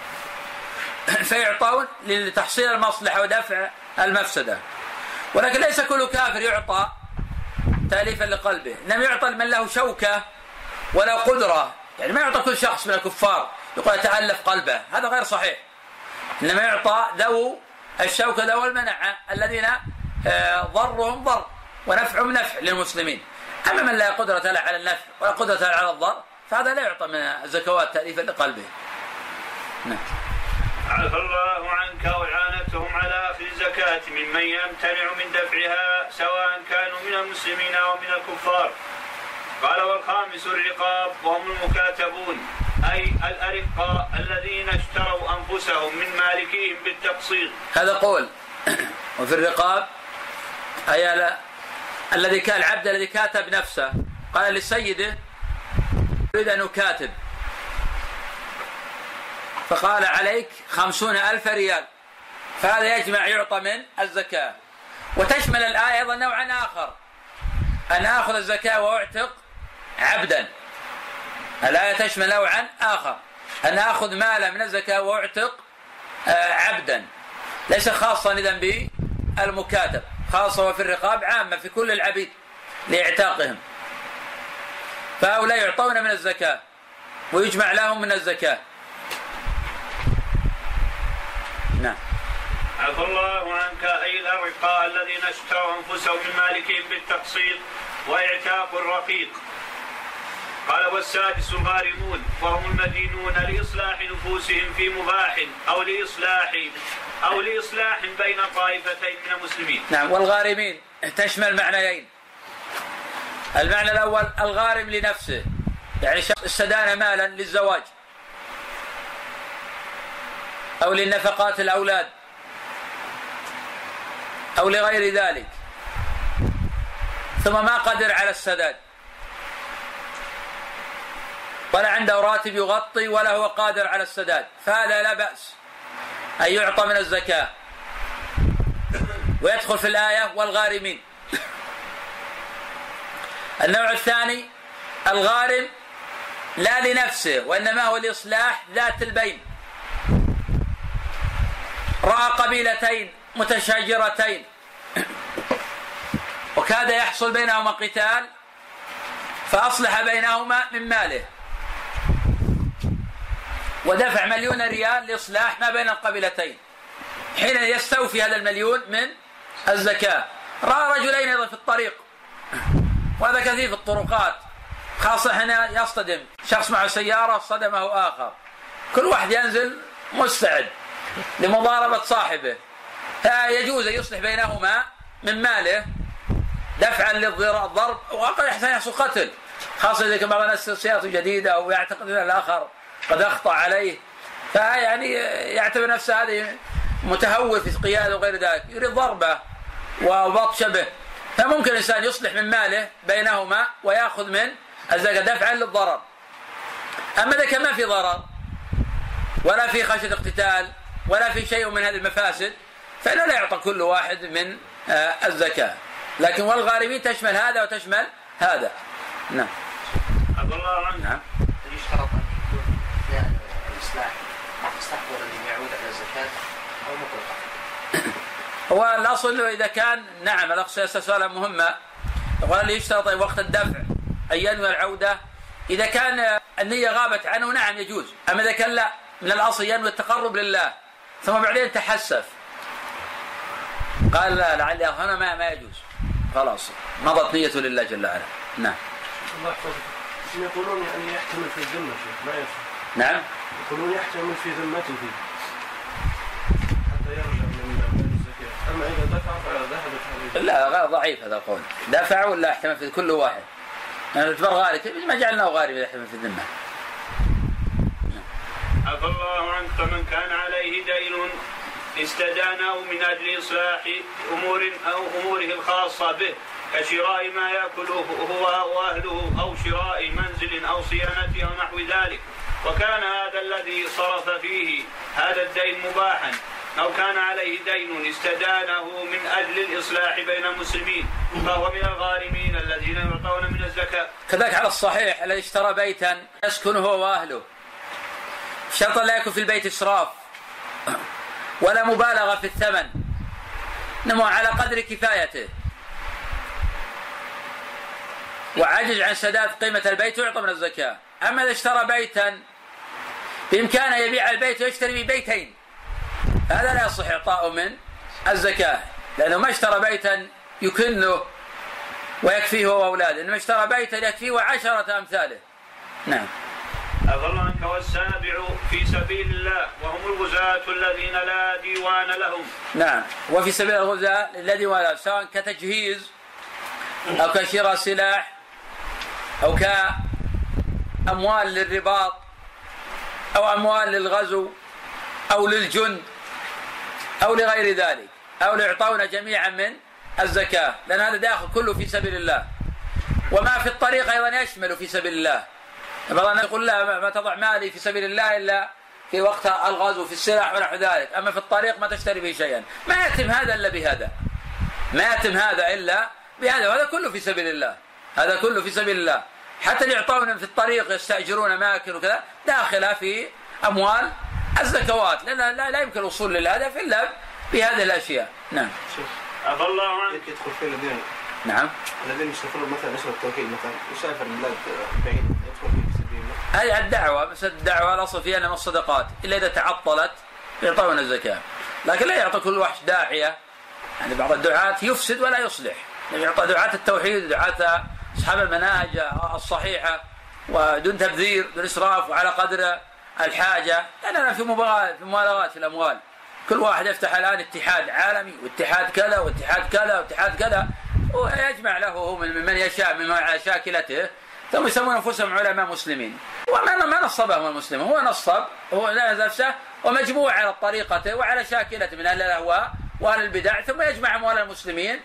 Speaker 2: فيعطون لتحصيل المصلحة ودفع المفسدة. ولكن ليس كل كافر يعطى تأليفا لقلبه، إنما يعطى من له شوكة ولا قدرة. يعني ما يعطى كل شخص من الكفار يقول يتألف قلبه، هذا غير صحيح. إنما يعطى ذو الشوكة ذو المنعة الذين ضرهم ضر ونفعهم نفع للمسلمين. أما من لا قدرة له على النفع ولا قدرة له على الضر فهذا لا يعطى من الزكوات تأليفا لقلبه. نعم.
Speaker 1: عفى الله عنك وإعانتهم على أخذ الزكاة ممن يمتنع من دفعها سواء كانوا من المسلمين أو من الكفار. قال والخامس الرقاب وهم المكاتبون أي الأرقاء الذين اشتروا أنفسهم من مالكيهم بالتقسيط.
Speaker 2: هذا قول. وفي الرقاب أي الذي كان العبد الذي كاتب نفسه قال لسيده أريد أن أكاتب فقال عليك خمسون ألف ريال، فهذا يجمع يعطى من الزكاة. وتشمل الآية أيضا نوعا آخر، أن أخذ الزكاة وأعتق عبدا. الآية تشمل نوعا آخر، أن أخذ مالا من الزكاة وأعتق عبدا، ليس خاصا إذن بالمكاتب، خاصة وفي الرقاب عامة في كل العبيد لإعتاقهم، فهؤلاء يعطون من الزكاة ويجمع لهم من الزكاة. نعم.
Speaker 1: عفى الله عنك أي الأرقاء الذين اشتروا أنفسهم من مالكهم بالتقسيط وإعتاق الرقيق. قال والسادس الغارمون وهم المدينون لإصلاح نفوسهم في مباح أو لإصلاح أو لإصلاح بين طائفتين من المسلمين.
Speaker 2: نعم. والغارمين تشمل معنيين. المعنى الأول الغارم لنفسه، يعني استدان مالا للزواج أو للنفقات الأولاد أو لغير ذلك، ثم ما قدر على السداد ولا عنده راتب يغطي ولا هو قادر على السداد، فهذا لا بأس أن يعطى من الزكاة ويدخل في الآية والغارمين. النوع الثاني الغارم لا لنفسه وإنما هو لإصلاح ذات البين، رأى قبيلتين متشاجرتين وكاد يحصل بينهما قتال فأصلح بينهما من ماله ودفع مليون ريال لإصلاح ما بين القبيلتين، حين يستوفي هذا المليون من الزكاة. رأى رجلين أيضا في الطريق، وهذا كثير في الطرقات، خاصة هنا يصطدم شخص معه سيارة صدمه آخر، كل واحد ينزل مستعد لمضاربة صاحبه، فيجوز أن يصلح بينهما من ماله دفعا للضرب، وقد يحصل قتل، خاصة إذا كان بعض الناس سيارته جديدة أو يعتقد أن الآخر قد أخطأ عليه، فيعني يعتبر نفسه هذه متهور في القيادة وغير ذلك، يريد ضربه وبطشه به، فممكن الإنسان يصلح من ماله بينهما ويأخذ من الزكاة دفعا للضرر. أما إذا كان ما في ضرر ولا في خشية اقتتال ولا في شيء من هذه المفاسد فإنه لا يعطى كل واحد من الزكاة. لكن والغارمين تشمل هذا وتشمل هذا. نعم.
Speaker 1: عبد الله عنه.
Speaker 2: نعم.
Speaker 5: يشترط أن يكون أثناء الإصلاح مستحضر أن يعود على الزكاة أو مطلقا؟
Speaker 2: هو الأصل إذا كان نعم، الأخ سؤال مهمة، يقول لي يشترط وقت الدفع أن ينوي العودة، إذا كان النية غابت عنه نعم يجوز، أما إذا كان لا، من الأصل ينوي التقرب لله ثم بعدين تحسف قال لا لعلي هنا ما ما يجوز، خلاص مضت نيته لله جل وعلا. نعم.
Speaker 7: الله يحفظك. يقولون يعني يحتمل في الذمة شيء ما يفهم.
Speaker 2: نعم.
Speaker 7: يقولون يحتمل في ذمته حتى يرجع من الزكاة، أما إذا دفع فذهبت هذه.
Speaker 2: لا غير ضعيف هذا القول، دفع ولا يحتمل في كل واحد، يعني يعتبر غارب، ما جعلناه غارب إذا يحتمل في الذمة.
Speaker 1: عفى الله عنك فمن كان عليه دين استدانه من أجل إصلاح أمور أو أموره الخاصة به كشراء ما يأكله هو وأهله أو شراء منزل أو صيانته أو نحو ذلك، وكان هذا الذي صرف فيه هذا الدين مباحا، أو كان عليه دين استدانه من أجل الإصلاح بين المسلمين فهو من الغارمين الذين يعطون من الزكاة.
Speaker 2: كذلك على الصحيح الذي اشترى بيتا يسكن هو وأهله، شرط لا يكون في البيت إسراف ولا مبالغة في الثمن، إنما على قدر كفايته، وعجز عن سداد قيمة البيت يعطى من الزكاة. أما إذا اشترى بيتا بإمكانه يبيع البيت ويشتري ببيتين هذا لا يصح إعطاؤه من الزكاة، لأنه ما اشترى بيتا يكنه ويكفيه هو وأولاده، إنما اشترى بيتا يكفيه وعشرة أمثاله نعم.
Speaker 1: عفى الله عنك. والسابع في سبيل الله وهم الغزاة الذين لا ديوان لهم.
Speaker 2: نعم. وفي سبيل الغزاة الذي ولا سواء كتجهيز أو كشراء سلاح أو كأموال للرباط أو أموال للغزو أو للجند أو لغير ذلك أو ليعطون جميعا من الزكاة، لأن هذا داخل كله في سبيل الله. وما في الطريق أيضا يشمل في سبيل الله. بعضنا يقول لا ما تضع مالي في سبيل الله إلا في وقت الغزو في السلاح ونحو ذلك، أما في الطريق ما تشتري به شيئا. ما يتم هذا إلا بهذا، ما يتم هذا إلا بهذا، وهذا كله في سبيل الله. هذا كله في سبيل الله. حتى اللي يعطون في الطريق يستأجرون أماكن وكذا داخلة في أموال الزكوات، لأن لا, لا يمكن الوصول للهدف إلا بهذه الأشياء. نعم.
Speaker 1: عفى الله عنك.
Speaker 7: يدخل فيه الذين
Speaker 2: نعم
Speaker 7: الذين يسافرون مثلا نسبة التوكيل مثلا يسافر البلاد بعيدة يدخل فيه في سبيل الله.
Speaker 2: هذه الدعوة، بس الدعوة الأصل فيها أنها الصدقات إلا إذا تعطلت يعطون الزكاة، لكن لا يعطي كل واحد داعية. يعني بعض الدعاة يفسد ولا يصلح، يعطى دعاة التوحيد ودعاة أصحاب المناهج الصحيحة ودون تبذير دون إسراف وعلى قدر الحاجة، لأننا في مبالغات في مبالغات في الأموال. كل واحد يفتح الآن اتحاد عالمي واتحاد كذا واتحاد كذا واتحاد كذا ويجمع له هو من يشاء من على شاكلته، ثم يسمون أنفسهم علماء مسلمين. وما ما نصبهم المسلم، هو نصب هو نفسه ومجموع على طريقته وعلى شاكلته من أهل الأهواء وأهل البدع، ثم يجمع أموال المسلمين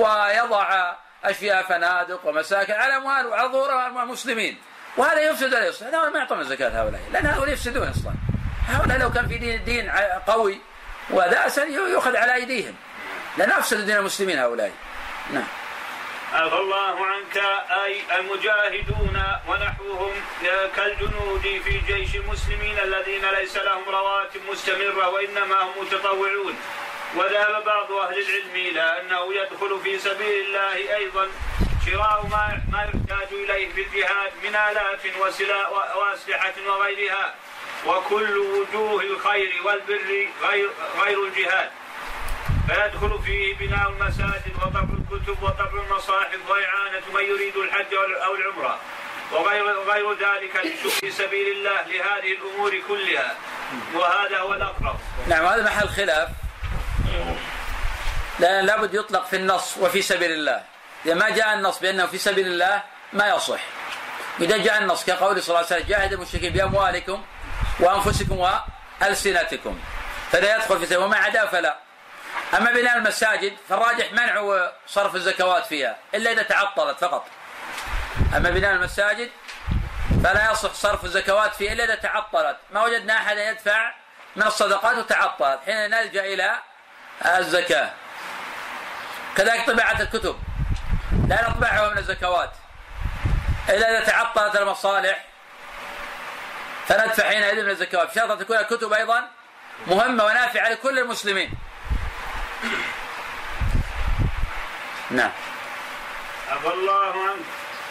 Speaker 2: ويضع أشياء فنادق ومساكن على أموال وعلى ظهور المسلمين، وهذا يفسد ولا يصلح. هذا ما يعطون الزكاة هؤلاء، لأن هؤلاء يفسدون أصلا. هؤلاء لو كان في دين, دين قوي وهذا أسل يؤخذ على أيديهم، لأن أفسدوا دين المسلمين هؤلاء. نعم.
Speaker 1: عفى الله عنك. أي المجاهدون ونحوهم كالجنود في جيش المسلمين الذين ليس لهم رواتب مستمرة وإنما هم متطوعون. وذهب بعض أهل العلم إلى أنه يدخل في سبيل الله أيضا شراء ما, ما يحتاج إليه في الجهاد من آلات وأسلحة وغيرها، وكل وجوه الخير والبر غير, غير الجهاد، فيدخل فيه بناء المساجد وطبع الكتب وطبع المصاحف وإعانة من يريد الحج أو العمرة وغير غير ذلك في سبيل الله لهذه الأمور كلها، وهذا هو الأقرب.
Speaker 2: نعم. هذا محل خلاف، لأن لابد يطلق في النص وفي سبيل الله. إذا ما جاء النص بأنه في سبيل الله ما يصح. إذا جاء النص كقول صلى الله عليه وسلم جاهد المشركين بأموالكم وأنفسكم وألسنتكم، فلا يدخل في سبيل، وما عدا فلا. أما بناء المساجد فالراجح منع صرف الزكوات فيها إلا إذا تعطلت فقط. أما بناء المساجد فلا يصح صرف الزكوات فيها إلا إذا تعطلت، ما وجدنا أحد يدفع من الصدقات وتعطلت، حين نلجأ إلى الزكاة. كذلك طباعة الكتب لا نطبعها من الزكوات إلا إذا تعطلت المصالح، فندفع حينئذ من الزكوات، بشرط أن تكون الكتب أيضا مهمة ونافعة لكل المسلمين. نعم.
Speaker 1: عفى الله عنك.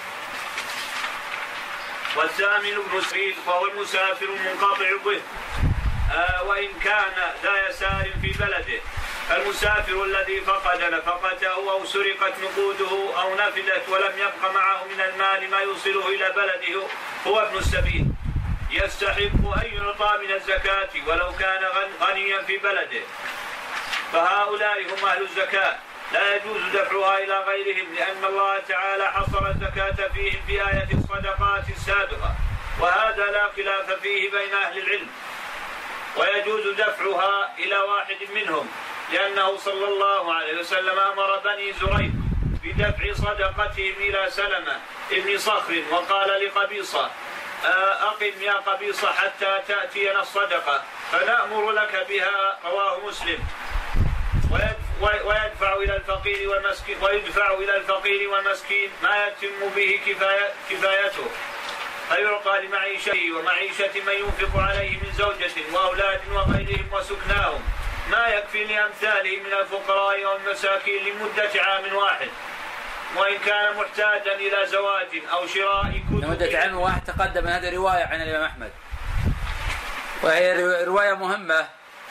Speaker 1: والثامن ابن سعيد فهو المسافر المنقطع به آه وإن كان ذا يسار في بلده. المسافر الذي فقد نفقته أو سرقت نقوده أو نفدت ولم يبق معه من المال ما يوصله إلى بلده هو ابن السبيل، يستحق أن يعطى من الزكاة ولو كان غنيا في بلده، فهؤلاء هم أهل الزكاة لا يجوز دفعها إلى غيرهم، لأن الله تعالى حصر الزكاة فيهم في آية الصدقات السابقة، وهذا لا خلاف فيه بين أهل العلم. ويجوز دفعها إلى واحد منهم، لأنه صلى الله عليه وسلم أمر بني زريق بدفع صدقتهم إلى سلمة ابن صخر، وقال لقبيصة أقم يا قبيصة حتى تأتينا الصدقة فنأمر لك بها، رواه مسلم. ويدفع إلى الفقير والمسكين ويدفع إلى الفقير والمسكين ما يتم به كفاية كفايته، فيعطى لمعيشته ومعيشة من ينفق عليه من زوجة وأولاد وغيرهم وسكناهم ما يكفي لأمثاله من الفقراء والمساكين لمدة عام واحد، وإن كان محتاجا إلى زواج أو شراء كتب.
Speaker 2: لمدة عام واحد تقدم هذه رواية عن الإمام أحمد، وهي رواية مهمة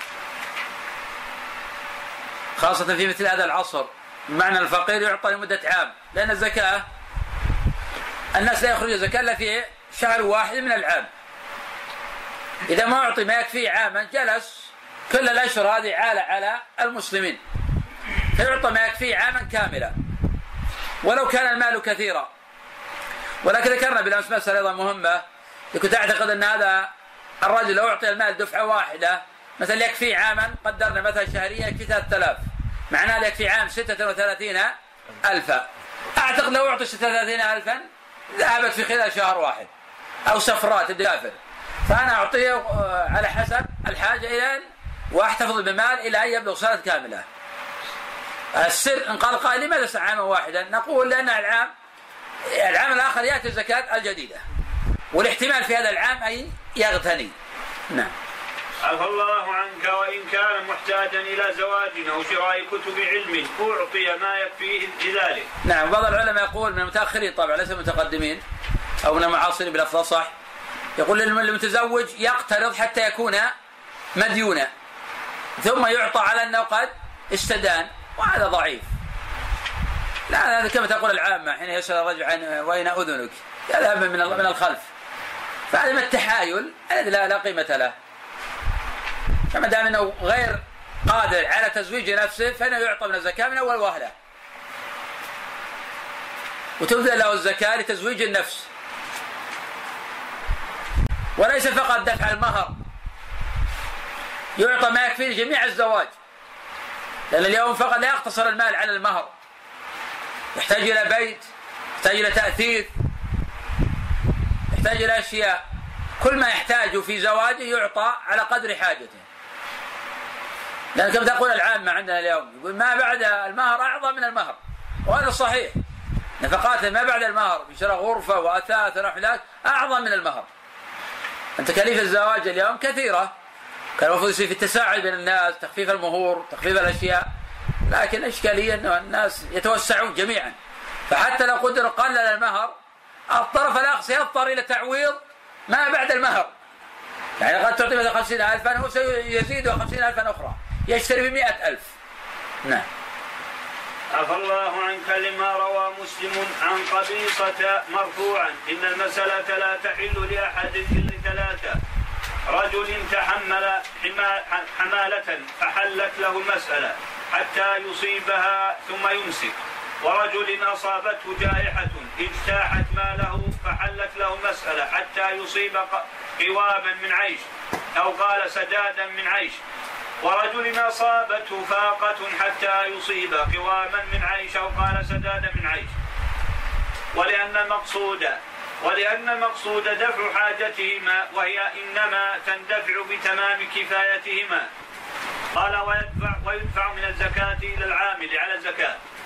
Speaker 2: خاصة في مثل هذا العصر، بمعنى الفقير يعطى لمدة عام، لأن الزكاة الناس لا يخرجون زكاة إلا في شهر واحد من العام. إذا ما أعطي ما يكفيه عاما جلس كل الأشهر هذه عالة على المسلمين، فيعطى ما يكفيه عاما كاملا ولو كان المال كثيرا. ولكن ذكرنا بالأمس مسألة أيضا مهمة، كنت أعتقد أن هذا الرجل لو أعطي المال دفعة واحدة مثلا يكفي عاما، قدرنا مثلا شهريا يكفي ثلاثة آلاف، معناه يكفي عام ستة وثلاثين ألفا. أعتقد لو أعطي ستة وثلاثين ألفا ذهبت في خلال شهر واحد، أو سفرات الدافر. فأنا أعطيه على حسب الحاجة إلى وأحتفظ بالمال إلى أن يبلغ سنة كاملة. السر إن قال قائل لماذا عاما واحدا؟ نقول لأن العام العام الآخر يأتي الزكاة الجديدة، والاحتمال في هذا العام أن يغتني. نعم.
Speaker 1: عفى الله عنك. وإن كان محتاجا إلى زواج أو شراء كتب علم أعطي ما يكفيه لذلك.
Speaker 2: نعم. بعض العلماء يقول من المتأخرين طبعا ليس المتقدمين أو من المعاصرين باللفظ صح، يقول للمتزوج يقترض حتى يكون مديونا ثم يعطى على أنه قد استدان، وهذا ضعيف. لا، هذا كما تقول العامة حين يسأل الرجل عن وين أذنك يذهب من من الخلف، فهذا من التحايل الذي لا, لا قيمة له. فما دام أنه غير قادر على تزويج نفسه فإنه يعطى من الزكاة من أول وهلة، وتبذل له الزكاة لتزويج النفس، وليس فقط دفع المهر، يعطى ما يكفي لجميع الزواج، لأن اليوم فقط لا يقتصر المال على المهر، يحتاج إلى بيت، يحتاج إلى تأثير، يحتاج إلى أشياء، كل ما يحتاجه في زواجه يعطى على قدر حاجته. لأن كما تقول العامة عندنا اليوم يقول ما بعد المهر أعظم من المهر، وهذا صحيح. نفقات ما بعد المهر بشراء غرفة وأثاث ونحلات أعظم من المهر. تكاليف الزواج اليوم كثيرة، كان المفروض يصير في التساعد بين الناس، تخفيف المهور، تخفيف الأشياء، لكن الإشكالية أن الناس يتوسعون جميعا، فحتى لو قدر قلل المهر الطرف الآخر يضطر إلى تعويض ما بعد المهر. يعني قد تعطي مثلا خمسين ألفا هو سيزيد خمسين ألفا أخرى، يشتري بمئة ألف. نعم.
Speaker 1: عفى الله عنك. لما روى مسلم عن قبيصة مرفوعا إن المسألة لا تحل لأحد إلا ثلاثة: رجل تحمل حمالة فحلت له المسألة حتى يصيبها ثم يمسك، ورجل أصابته جائحة اجتاحت ماله فحلت له المسألة حتى يصيب قواما من عيش أو قال سدادا من عيش، ورجل أصابته فاقة حتى يصيب قواما من عيش أو قال سدادا من عيش. ولأن المقصود ولأن المقصود دفع حاجتهما، وهي إنما تندفع بتمام كفايتهما. قال ويدفع, ويدفع من الزكاة إلى العامل على الزكاة.